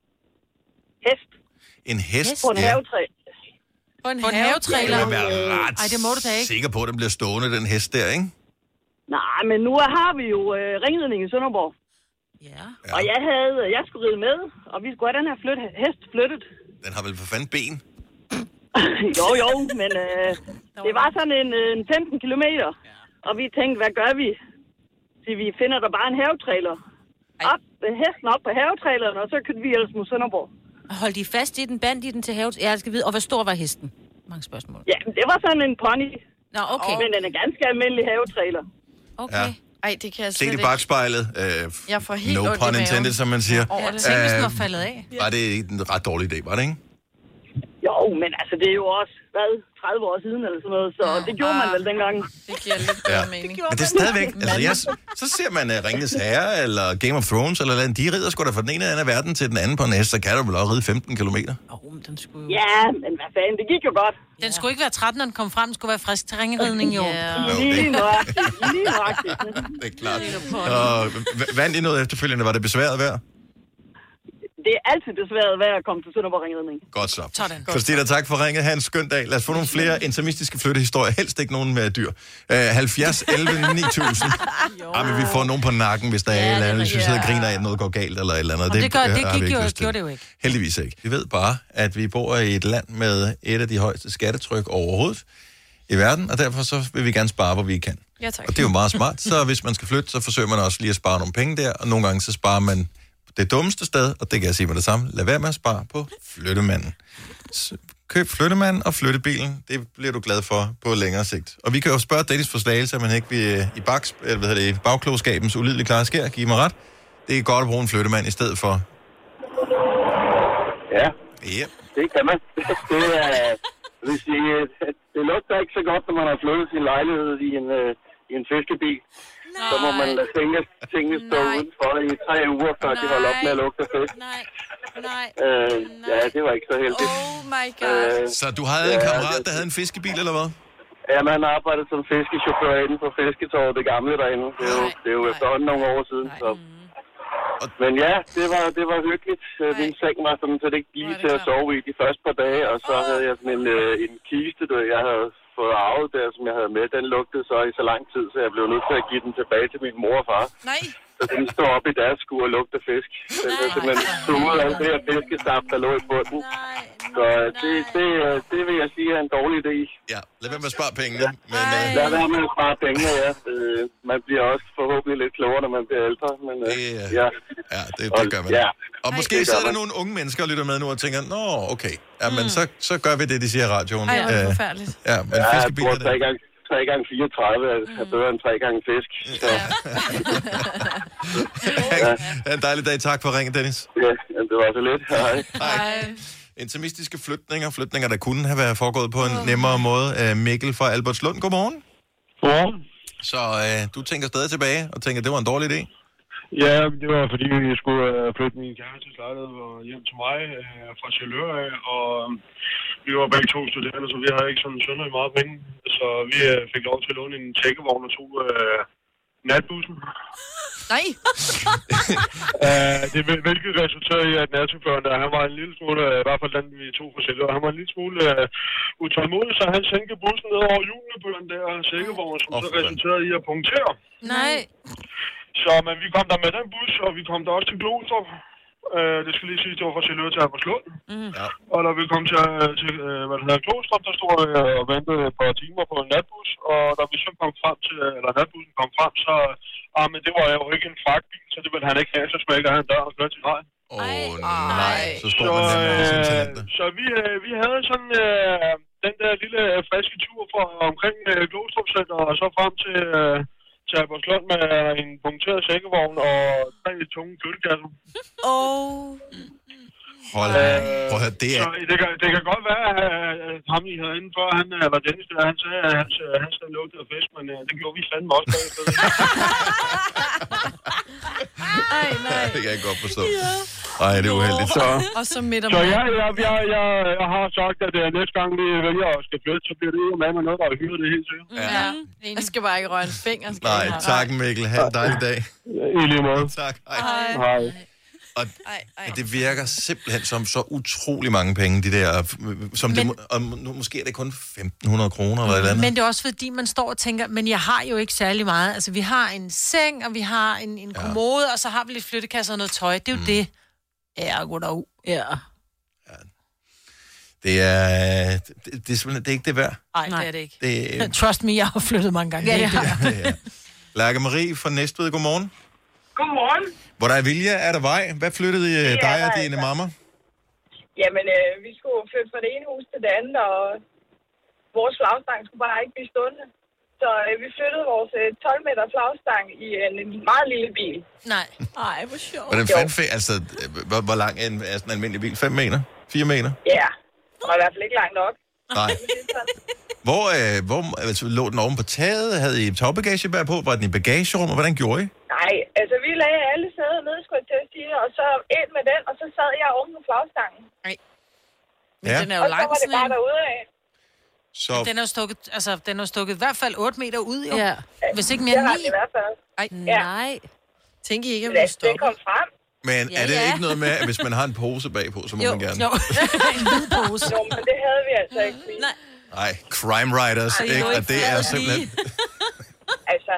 Hest. En hest? På en havetræ. På en, på en havetrailer? Jeg vil være ret Ej, det må du da ikke. sikker på, at den bliver stående, den hest der, ikke? Nej, men nu har vi jo øh, ringridning i Sønderborg. Ja. Ja. Og jeg havde, jeg skulle ride med, og vi skulle have den her flyt, hest flyttet. Den har vel for fanden ben? jo, jo, men øh, det var sådan en, øh, en femten kilometer. Og vi tænkte, hvad gør vi? Så vi finder der bare en havetrailer. Op, hesten op på havetraileren, og så kørte vi ellers mod Sønderborg. Holdt de fast i den, bandt i den til havet? Jeg skal vide, og hvor stor var hesten? Mange spørgsmål. Ja, det var sådan en pony. Nå, okay. Men den er ganske almindelig havetrailer. Okay. Ja. Ej, det kan jeg Se slet det i ikke. bagspejlet. Øh, Jeg får helt no ondt i pun maven. intended, som man siger. Over det. Tænk, hvis den Øh, var faldet af. Var det ikke en ret dårlig idé, var det ikke? Jo, men altså, det er jo også, hvad, tredive år siden eller sådan noget, så det gjorde man vel dengang. Det giver lidt bedre Ja. mening. Men det er stadigvæk, altså jeg, så ser man uh, Ringenes Herre, eller Game of Thrones, eller noget, de rider sgu da fra den ene ende af verden til den anden på en hest, så kan du vel også ride femten kilometer. Oh, den skulle jo... Ja, men hvad fanden, det gik jo godt. Den skulle ikke være træt, når den kom frem. Den skulle være frisk til ringeridning, jo. Ja. Lige nøjagtigt, lige nøjagtigt. Det er klart. Og v- vandt I noget efterfølgende? Var det besværet værd? det er altid desværre værd at komme til Sønderborg Ringredning. Godt så. Sådan. Christina, tak for ringet. Ha' en skøn dag. Lad os få nogle flere interimistiske flyttehistorier. Helst ikke nogen med dyr. Uh, halvfjerds elleve ni tusind. Ah, men vi får nogen på nakken, hvis der ja, er et eller andet. Hvis vi sidder og griner af, at noget går galt eller et eller andet. Og det, det, gør, det øh, gik jo, gjorde det jo ikke. Heldigvis ikke. Vi ved bare, at vi bor i et land med et af de højeste skattetryk overhovedet i verden, og derfor så vil vi gerne spare, hvor vi kan. Ja, tak. Og det er jo meget smart, så hvis man skal flytte, så forsøger man også lige at spare nogle penge der, og nogle gange så sparer man det dummeste sted, og det kan jeg sige med det samme. Lad være med at spare på flyttemanden. Køb flyttemanden og flyttebilen, det bliver du glad for på længere sigt. Og vi kan jo spørge Dennis for Slagelse, at man ikke vil i, baks, eller hvad hedder det, i bagklogskabens ulidelige klare skær, give mig ret. Det er godt at bruge en flyttemand i stedet for. Ja, ja. Det kan man. Det er, vil sige, det lugter ikke så godt, når man har flyttet sin lejlighed i en, øh, i en fiskebil. Nej. Så må man lade tingene, tingene stå udenfor i tre uger, før Nej. de holder op med at lugte fisk. Nej. Nej. Øh, ja, det var ikke så heldigt. Oh my god. Øh, så du havde en kammerat, der havde en fiskebil, eller hvad? Ja, man arbejdede som fiskechauffør inde på Fisketorvet, det gamle derinde. Det er jo, det er jo efterhånden nogle år siden, så... Men ja, det var, det var hyggeligt. Nej. Min seng var sådan set ikke lige til at sove i de første par dage, og så havde jeg sådan en, en kiste, der jeg havde fået arvet der, som jeg havde med. Den lugtede så i så lang tid, så jeg blev nødt til at give den tilbage til min mor og far. Nej. Så den står op i deres skur og lugter fisk. Den havde simpelthen suget alt det her fiskesaft, der lå i bunden. Så det, det, det vil jeg sige er en dårlig idé. Ja, lad være med at spare pengene. Men, uh... Lad være med at spare pengene, ja. Uh, man bliver også forhåbentlig lidt klogere, når man bliver ældre. Men, uh, det, uh... ja, ja det, det gør man. Ja. Og måske det sidder der nogle unge mennesker og lytter med nu og tænker, nå, okay, ja, men mm. så, så gør vi det, de siger i radioen. Ej, hvor er det forfærdeligt. Ja, men ja, fiskebiler... Jeg tror, tre gange fireogtredive er bedre end tre gange fisk. Så. Ja. Ja, en dejlig dag. Tak for ringen, Dennis. Ja, det var så lidt. Hej. Hej. Interimistiske flytninger, flytninger, der kunne have været foregået på en oh. nemmere måde. Mikkel fra Albertslund, godmorgen. Godmorgen. Så øh, du tænker stadig tilbage og tænker, det var en dårlig idé? Ja, det var fordi, jeg skulle øh, flytte min kæreste lejlighed hjem til mig øh, fra Sjælør af, og øh, vi var begge to studerende, så vi havde ikke sådan sønderligt meget penge. Så vi øh, fik lov til at låne en tækkevogn og tog øh, natbussen. Nej! uh, det hvilket resulterede i, at natchaufføren der, han var en lille smule, uh, i hvert fald den vi tog for Sjælør, han var en lille smule uh, utålmodig, så han sænkede bussen ned over hjulene på den der sækkevogn, som oh, så resulterede i at punktere. Nej! Så men vi kom der med den bus, og vi kom der også til Glostrup. Uh, det skal lige sige, det var fra Sjælør til Albertslund. Mm. Ja. Og da vi kom til, til uh, hvad det hedder, Glostrup, der stod vi uh, og ventede et par timer på en natbus. Og da vi så kom frem til, eller natbussen kom frem, så ah, men det var jo ikke en fragtbil, så det ville han ikke have, så smækker han dør og kører til vejen. Åh oh, nej, så står man øh, Så vi, øh, vi havde sådan øh, den der lille øh, friske tur fra omkring øh, Glostrup Center og så frem til... Øh, til Albertslund med en punkteret sækkevogn og tre tunge flyttekasser. Åh. Oh. Hold da. Prøv at høre, det er... Så det kan, det kan godt være, at ham I havde inden før, han, eller Dennis, der, han sagde, at hans, hans der lugtede af fisk, men uh, det gjorde vi fandme også bagefter. Ej, nej. Det kan jeg godt forstå. Nej, det er uheldigt. Så, og så midt om så jeg, jeg, jeg, jeg, jeg har sagt, at uh, næste gang vi vælger at skal flytte, så bliver det jo med noget, der er hyret det helt sikkert. Ja. ja. Jeg skal bare ikke røre en finger. Nej, tak Mikkel. Ha' en dejlig dag. I lige måde. Tak. Hej. Hej. Hej. Og det virker simpelthen som så utrolig mange penge, de der, som men, det, og nu, måske er det kun femten hundrede kroner eller et eller andet. Men det er også fordi, man står og tænker, men jeg har jo ikke særlig meget. Altså, vi har en seng, og vi har en, en kommode, ja. Og så har vi lidt flyttekasser og noget tøj. Det er jo mm. det. Ja, goddag. Ja. ja. Det er, det, det, er simpelthen, det er ikke det værd. Nej, det er det ikke. Det, Trust me, jeg har flyttet mange gange. Ja, ja. Det er. Lærke Marie fra Næstved, godmorgen. Godmorgen. Hvor der er vilje, er der vej. Hvad flyttede I, dig og dine altså. mamma? Jamen, øh, vi skulle flytte fra det ene hus til det andet, og vores flagstang skulle bare ikke blive stående. Så øh, vi flyttede vores øh, tolv meter flagstang i en, en meget lille bil. Nej. Ej, hvor sjovt. Hvordan fandt fe, altså, hvor, hvor lang er, en, er sådan en almindelig bil? fem meter? fire meter? Ja, det var i hvert fald ikke langt nok. Nej. Hvor, øh, hvor altså, lå den oven på taget? Havde I togbagagebær på? Var den i bagagerummet? Hvordan gjorde I? Nej, altså vi lagde alle sæder ned, skulle jeg til at sige, og så ind med den, og så sad jeg oven på flagstangen. Nej. Men ja. den er jo og lang, så var det bare derude af. Så... Den er jo stukket, altså, den er stukket i hvert fald otte meter ud, jo. Ja. Ja. Hvis ikke mere end ni. Det har den i hvert fald. Ej, ja. nej. Tænk I ikke, at det, vi stopper? Det kom frem. Men Ja, er det ja. ikke noget med, at hvis man har en pose bagpå, så må Jo, man gerne... jo. En hvid pose. Jo, men det havde vi altså ikke. Nej. Nej, crime writers, Ej, ikke? jo, Og det ikke er fair simpelthen... Altså.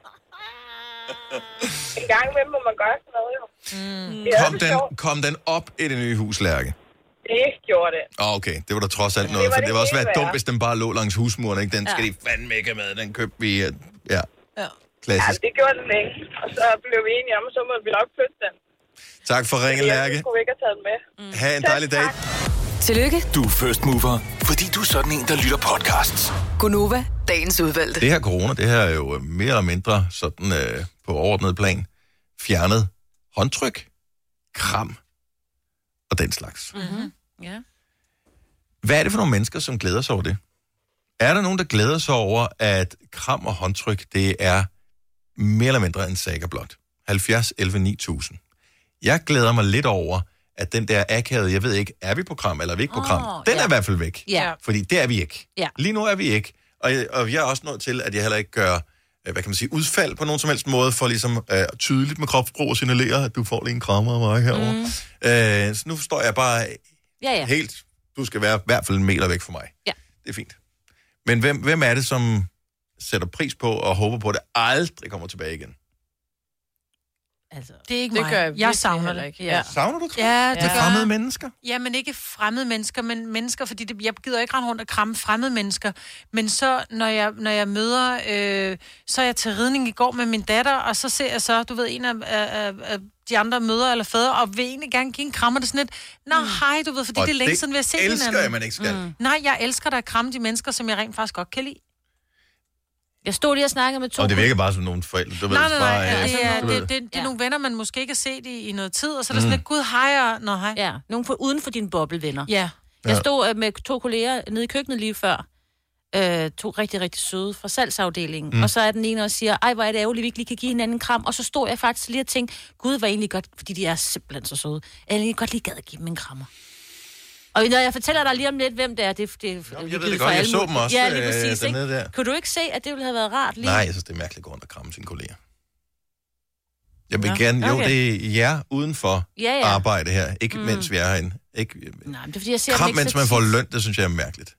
En gang imellem må man gøre sådan noget, jo. Mm. Det er Kom så den, sjovt. kom den op i det nye hus, Lærke? Det gjorde det. Åh, okay, det var der trods alt noget, Det var for det det var også hele været værd. dumt, hvis den bare lå langs husmuren, ikke? Den skal Ja. de fandme ikke have med, den købte vi... øh, Ja, Ja. klassisk. Ja, det gjorde den ikke. Og så blev vi enige om, så må vi nok flytte den. Tak for ringen, Lærke. Jeg skulle ikke have taget den med. Mm. Ha' en dejlig dag. Tillykke, Du er first mover, fordi du er sådan en, der lytter podcasts. Gunova, dagens udvalgte. Det her corona, det her er jo øh, mere eller mindre sådan øh, på overordnet plan fjernet håndtryk, kram og den slags. Mm-hmm. Ja. Hvad er det for nogle mennesker, som glæder sig over det? Er der nogen, der glæder sig over, at kram og håndtryk, det er mere eller mindre en saga blot? halvfjerds elleve ni tusind. Jeg glæder mig lidt over, at den der akavede, jeg ved ikke, er vi på kram, eller er vi ikke på kram? Åh, Den ja. er i hvert fald væk. Ja. Fordi det er vi ikke. Ja. Lige nu er vi ikke. Og, og jeg er også nået til, at jeg heller ikke gør, øh, hvad kan man sige, udfald på nogen som helst måde, for ligesom øh, tydeligt med kropssprog og signalere, at du får lige en krammer af mig herovre. Mm. Øh, så nu står jeg bare Ja, ja. helt, du skal være i hvert fald en meter væk fra mig. Ja. Det er fint. Men hvem, hvem er det, som sætter pris på og håber på, at det aldrig kommer tilbage igen? Altså, det er ikke Det mig. gør jeg jeg virkelig savner heller det. ikke. Ja. Savner du kram? Ja, det Med gør fremmede jeg. mennesker? Ja, men ikke fremmede mennesker, men mennesker, fordi det, jeg gider ikke rende rundt og kramme fremmede mennesker. Men så, når jeg, når jeg møder, øh, så er jeg til ridning i går med min datter, og så ser jeg så, du ved, en af, af, af de andre mødre eller fædre, og vil egentlig gerne give en krammer. Det er sådan lidt, nå hej, du ved, fordi Og det er længe det siden, vi har set elsker hinanden. jeg, man ikke skal. Mm. Nej, jeg elsker da at kramme de mennesker, som jeg rent faktisk godt kan lide. Jeg stod lige og snakkede med to... Og det virker bare som nogle forældre, du ved. Nej, nej, nej, bare, ja, øh, det er, du ved. det, det, det er Ja. nogle venner, man måske ikke har set i, i noget tid, og så er der Mm. sådan lidt, gud, hej, og nå, hej. Ja, nogen for, uden for dine boblevenner. Ja. Jeg Ja. stod øh, med to kolleger nede i køkkenet lige før. Øh, to rigtig, rigtig søde fra salgsafdelingen. Mm. Mm. Og så er den ene og siger, ej, hvor er det ærgerligt, vi ikke lige kan give hinanden en kram. Og så stod jeg faktisk lige og tænkte, gud, var egentlig godt, fordi de er simpelthen så søde. Jeg egentlig godt lige gad at give dem en krammer. Og når jeg fortæller dig lige om lidt, hvem det er, det, det, det jeg ved det godt, jeg så dem også, Ja, lige øh, præcis, dernede ikke? der. Kunne du ikke se, at det ville have været rart lige? Nej, jeg synes, det er mærkeligt at gå rundt og kramme sine kolleger. Jeg vil Nå, gerne, jo, okay. det er jer udenfor Ja, ja. arbejde her. Ikke Mm. mens vi er herinde. Ikke, Nej, men det er fordi, jeg ser dem kram, ikke mens så man får tit. løn, det synes jeg er mærkeligt.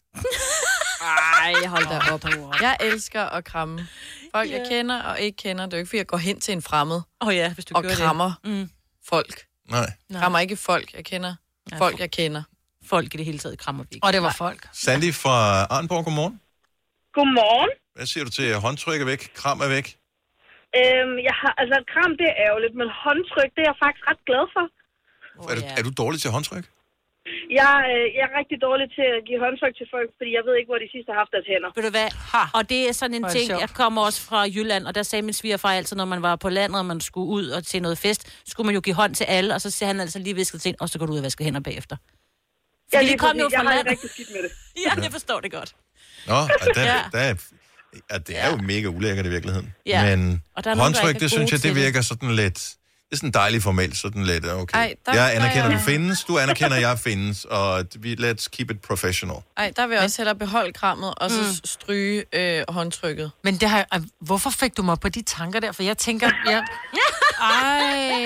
Ej, hold da op. Jeg elsker at kramme folk, jeg kender og ikke kender. Det er jo ikke, fordi jeg går hen til en fremmed Åh oh, ja, hvis du og gjorde krammer det. Mm. folk. Nej. Jeg krammer ikke folk, jeg kender. Nej, Folk, for- jeg kender. Folk i det hele taget krammer vi ikke. Og det var folk. Sandy fra Arnborg, godmorgen. Godmorgen. Hvad siger du til håndtryk er væk, kram er væk? Øhm, jeg har, altså, kram, det er ærgerligt, men håndtryk, det er jeg faktisk ret glad for. Er du, er du dårlig til håndtryk? Jeg, øh, jeg er rigtig dårlig til at give håndtryk til folk, fordi jeg ved ikke, hvor de sidste har haft deres hænder. Ved du hvad? Ha. Og det er sådan en Hvor er det ting, sjovt. jeg kommer også fra Jylland, og der sagde min svigerfar altid, når man var på landet, og man skulle ud og til noget fest, skulle man jo give hånd til alle, og så siger han altså lige visket til en, og så går du ud og vasker hænder bagefter. Ja, Fordi lige det kom præcis. jo Jeg fra har det landet. rigtig skidt med det. Ja, jeg forstår det godt. Nå, og der, Ja. der er, at det er jo mega ulækkert i virkeligheden. Ja. Men Og der er nogen, der håndtryk, ikke er det synes gode jeg, det til det. virker sådan lidt... Det er sådan dejligt formelt, sådan lidt, okay. Ej, der- jeg anerkender, der er- du findes, du anerkender, jeg findes, og vi let's keep it professional. Ej, der vil jeg også hellere beholde krammet, og så mm. stryge øh, håndtrykket. Men det har, ej, hvorfor fik du mig på de tanker der? For jeg tænker, jeg... Ej.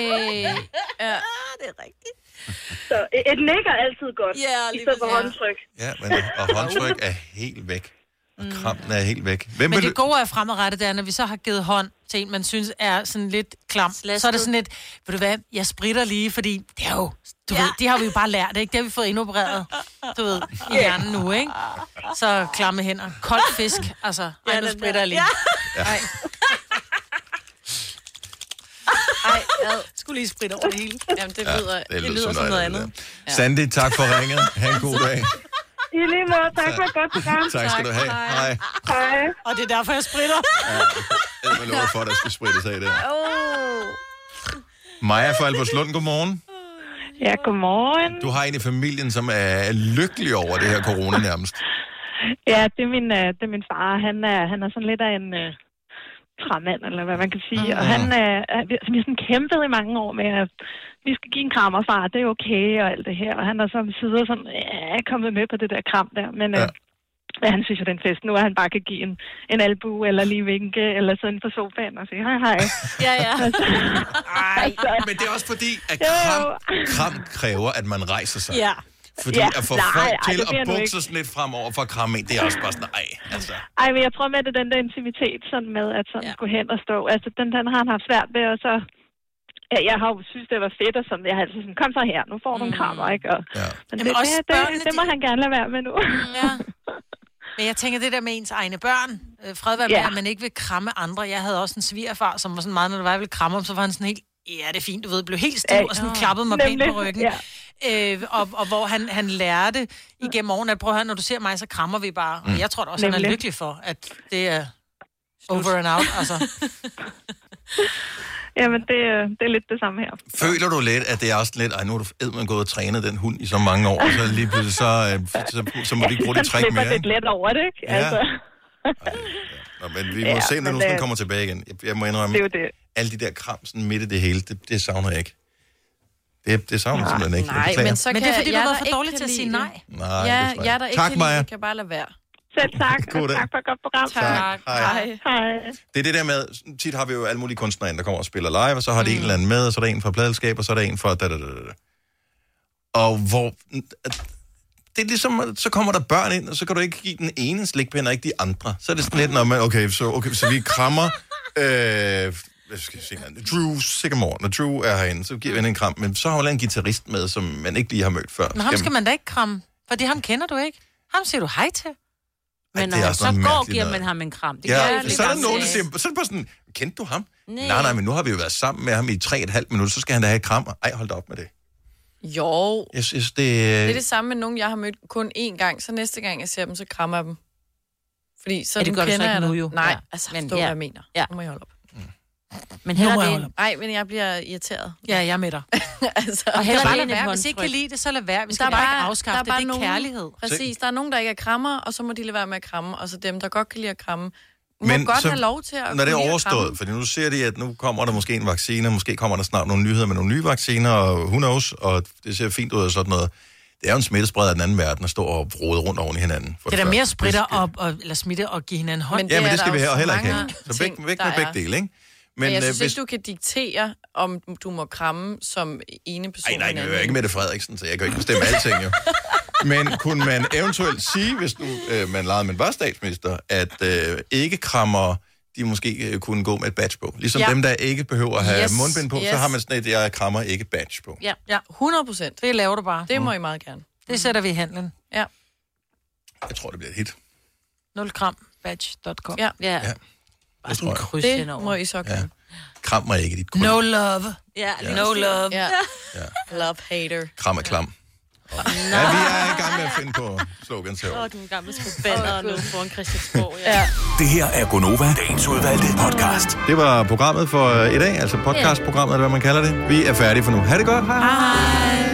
Ja. Det er rigtigt. Så et nik er altid godt, Ja, i stedet for håndtryk. Ja, men og håndtryk er helt væk. Og krammen er helt væk. Hvem Men vil det gode er fremadrettet, det er, når vi så har givet hånd til en, man synes er sådan lidt klam, så er det sådan lidt, ved du hvad, jeg spritter lige, fordi det er jo, du ja. ved, det har vi jo bare lært, ikke? Det har vi fået indopereret, du ved, i hjernen nu, ikke? Så klamme hænder. Kold fisk, altså, ej, nu spritter jeg lige. Ja. Ej. Ej, ad. Skulle lige spritte over det hele. Jamen, det Ja, lyder, det det lyder lyder som som noget noget andet, andet. Ja. Sandy, tak for ringet. Ha' en god dag. I lige måde, tak for et godt program. Tak skal du have. Hej. Hej. Og det er derfor, jeg spritter. Jeg vil love for, at der skal sprittes af der. Oh. Maja fra Albertslund, godmorgen. Ja, godmorgen. Du har en i familien, som er lykkelig over det her corona nærmest. Ja, det er min, øh, det er min far. Han er, han er sådan lidt af en uh, træmand, eller hvad man kan sige. Mm. Og han er, uh, vi har sådan kæmpet i mange år med, at vi skal give en krammer, far. Det er okay, og alt det her. Og han er så siddet sådan, ja, kommet med på det der kram der. Men uh, Ja. Ja, han synes jo, den fest nu, at han bare kan give en, en albu, eller lige vinke, eller sådan på sofaen og sige hej hej. Ja, ja. Ej, men det er også fordi, at kram, kram kræver, at man rejser sig. Ja. Fordi ja, at få nej, folk ej, til det at bliver nu bukke ikke. sig sådan lidt fremover for at kramme en, det er også bare sådan, ej, altså. Ej, men jeg tror med, at det er den der intimitet sådan med, at sådan ja. gå hen og stå. Altså, den, den har han haft svært ved, og så... Ja, jeg har jo synes, det var fedt, og sådan, jeg har altid sådan, kom så her, nu får du en krammer, ikke? Og, ja. Men Jamen, det, også det, det, børnene, det må de- han gerne lade være med nu. Ja. Men jeg tænker, det der med ens egne børn, øh, fred være med, Ja. at man ikke vil kramme andre. Jeg havde også en svigerfar, som var sådan meget, når det var, jeg ville kramme ham, så var han sådan helt, ja, det er fint, du ved, blev helt stiv, Ja, og sådan ja. klappede mig pænt på Nemlig, ryggen. ja. Øh, og, og hvor han, han lærte igennem årene, at prøv at høre, når du ser mig, så krammer vi bare. Og jeg tror da også, han er Nemlig. lykkelig for, at det er over and out, altså. Jamen, det, øh, det er lidt det samme her. Føler du lidt, at det er også lidt, ej, nu har du eddermame gået og trænet den hund i så mange år, så lige pludselig, så, øh, så, så må du ikke bruge det Han trick slipper mere, lidt ikke? let over det, ikke? Ja. Altså, Nå, men vi må Ja, se, når men nu sådan det- kommer tilbage igen. Jeg, jeg må indrømme, det er jo det. alle de der kram sådan midt i det hele, det, det savner jeg ikke. Det, det savner jeg simpelthen ikke. Jeg Nej, beklager. men så Men kan det er, fordi du jeg, har der været for ikke dårlig kan til at sige lide nej. det. Nej, Ja, det er sgu jeg der ikke. ikke Tak, kan Maja. lide det, kan bare lade være. Selv tak, God og dag. tak for et godt program. Tak. Hej. Hej. Det er det der med, tit har vi jo alle mulige kunstnere ind, der kommer og spiller live, og så har de mm. en eller anden med, og så er der en fra pladeselskab, og så er der en fra da, da, da, da. Og hvor... Det er ligesom, så kommer der børn ind, og så kan du ikke give den ene slikpind, og ikke de andre. Så er det sådan lidt, når man, okay, så, okay, så vi krammer... Øh, hvad skal jeg sige? Drew Sigamore. Når Drew er herinde, så giver vi hende en kram. Men så har hun en guitarist med, som man ikke lige har mødt før. Men ham skal man da ikke kramme, fordi ham kender du ikke. Ham siger du hej til. Men det er når også så noget går, mærkeligt giver noget. man ham en kram. Det Ja, gør jeg så er der lidt nogen, der også. siger, så er det bare sådan, kendte du ham? Nej. Nej, nej, men nu har vi jo været sammen med ham i tre og et halvt minut, så skal han da have et kram. Ej, hold da op med det. Jo, Jeg synes, det... det er det samme med nogen, jeg har mødt kun én gang, så næste gang jeg ser dem, så krammer jeg dem. Fordi så Ja, det gør du så kender ikke jeg nu, dig. jo. Nej, Ja. altså, Men forstå, ja. hvad jeg mener. Ja. Nu må jeg holde op. Men Nu må heller jeg det. holde op. Nej, men jeg bliver irriteret. Ja, jeg er med dig. altså, Og heller så bare lad lade være. Hvis I ikke kan lide det, så lad være. Vi skal bare ikke afskaffe det. Det er nogen, kærlighed. Præcis, der er nogen, der ikke er krammer, og så må de lade være med at kramme. Og så dem, der godt kan lide at kramme, må Men godt så, have lov til at når det kunne er lide at overstået, kramme. fordi nu ser de, at nu kommer der måske en vaccine, måske kommer der snart nogle nyheder med nogle nye vacciner, og who knows, og det ser fint ud og sådan noget. Det er jo en smittespreder af den anden verden, at stå og rode rundt oven i hinanden. Det er da mere spritter og, og, eller smitte og give hinanden hånd. Men Ja, men det er skal der vi jo have, og heller så ikke have. mange Så væk, ting, væk der med begge er. dele, ikke? Men jeg øh, synes hvis... ikke, du kan diktere, om du må kramme som ene person. Ej, nej, det hinanden. er jo ikke Mette Frederiksen, så jeg kan jo ikke bestemme alting, jo. Men kunne man eventuelt sige, hvis nu øh, man legede, man var statsminister, at øh, ikke krammer, de måske øh, kunne gå med et badge på. Ligesom Ja. dem, der ikke behøver at have Yes, mundbind på, så yes. har man sådan et, jeg krammer ikke badge på. Ja, ja, hundrede procent. Det laver du bare. Det må I meget gerne. Det sætter vi i handlen. Ja. Jeg tror, det bliver et hit. nul kram badge punktum com. Ja. Ja. Ja. Bare sådan en kryds Det indover. må I så gøre. Ja. Kram mig ikke i dit kryds. No love. Ja, Ja. No love. Ja. Ja. Love hater. Kram er klam. Ja, vi er i gang med at finde på slogans her. Åh, du er en gammel skribander nu foran Christiansborg. Ja. Det her er Gonova, dagens udvalgte podcast. Det var programmet for øh, i dag, altså podcastprogrammet, eller hvad man kalder det. Vi er færdige for nu. Ha' det godt. Hej. Hej.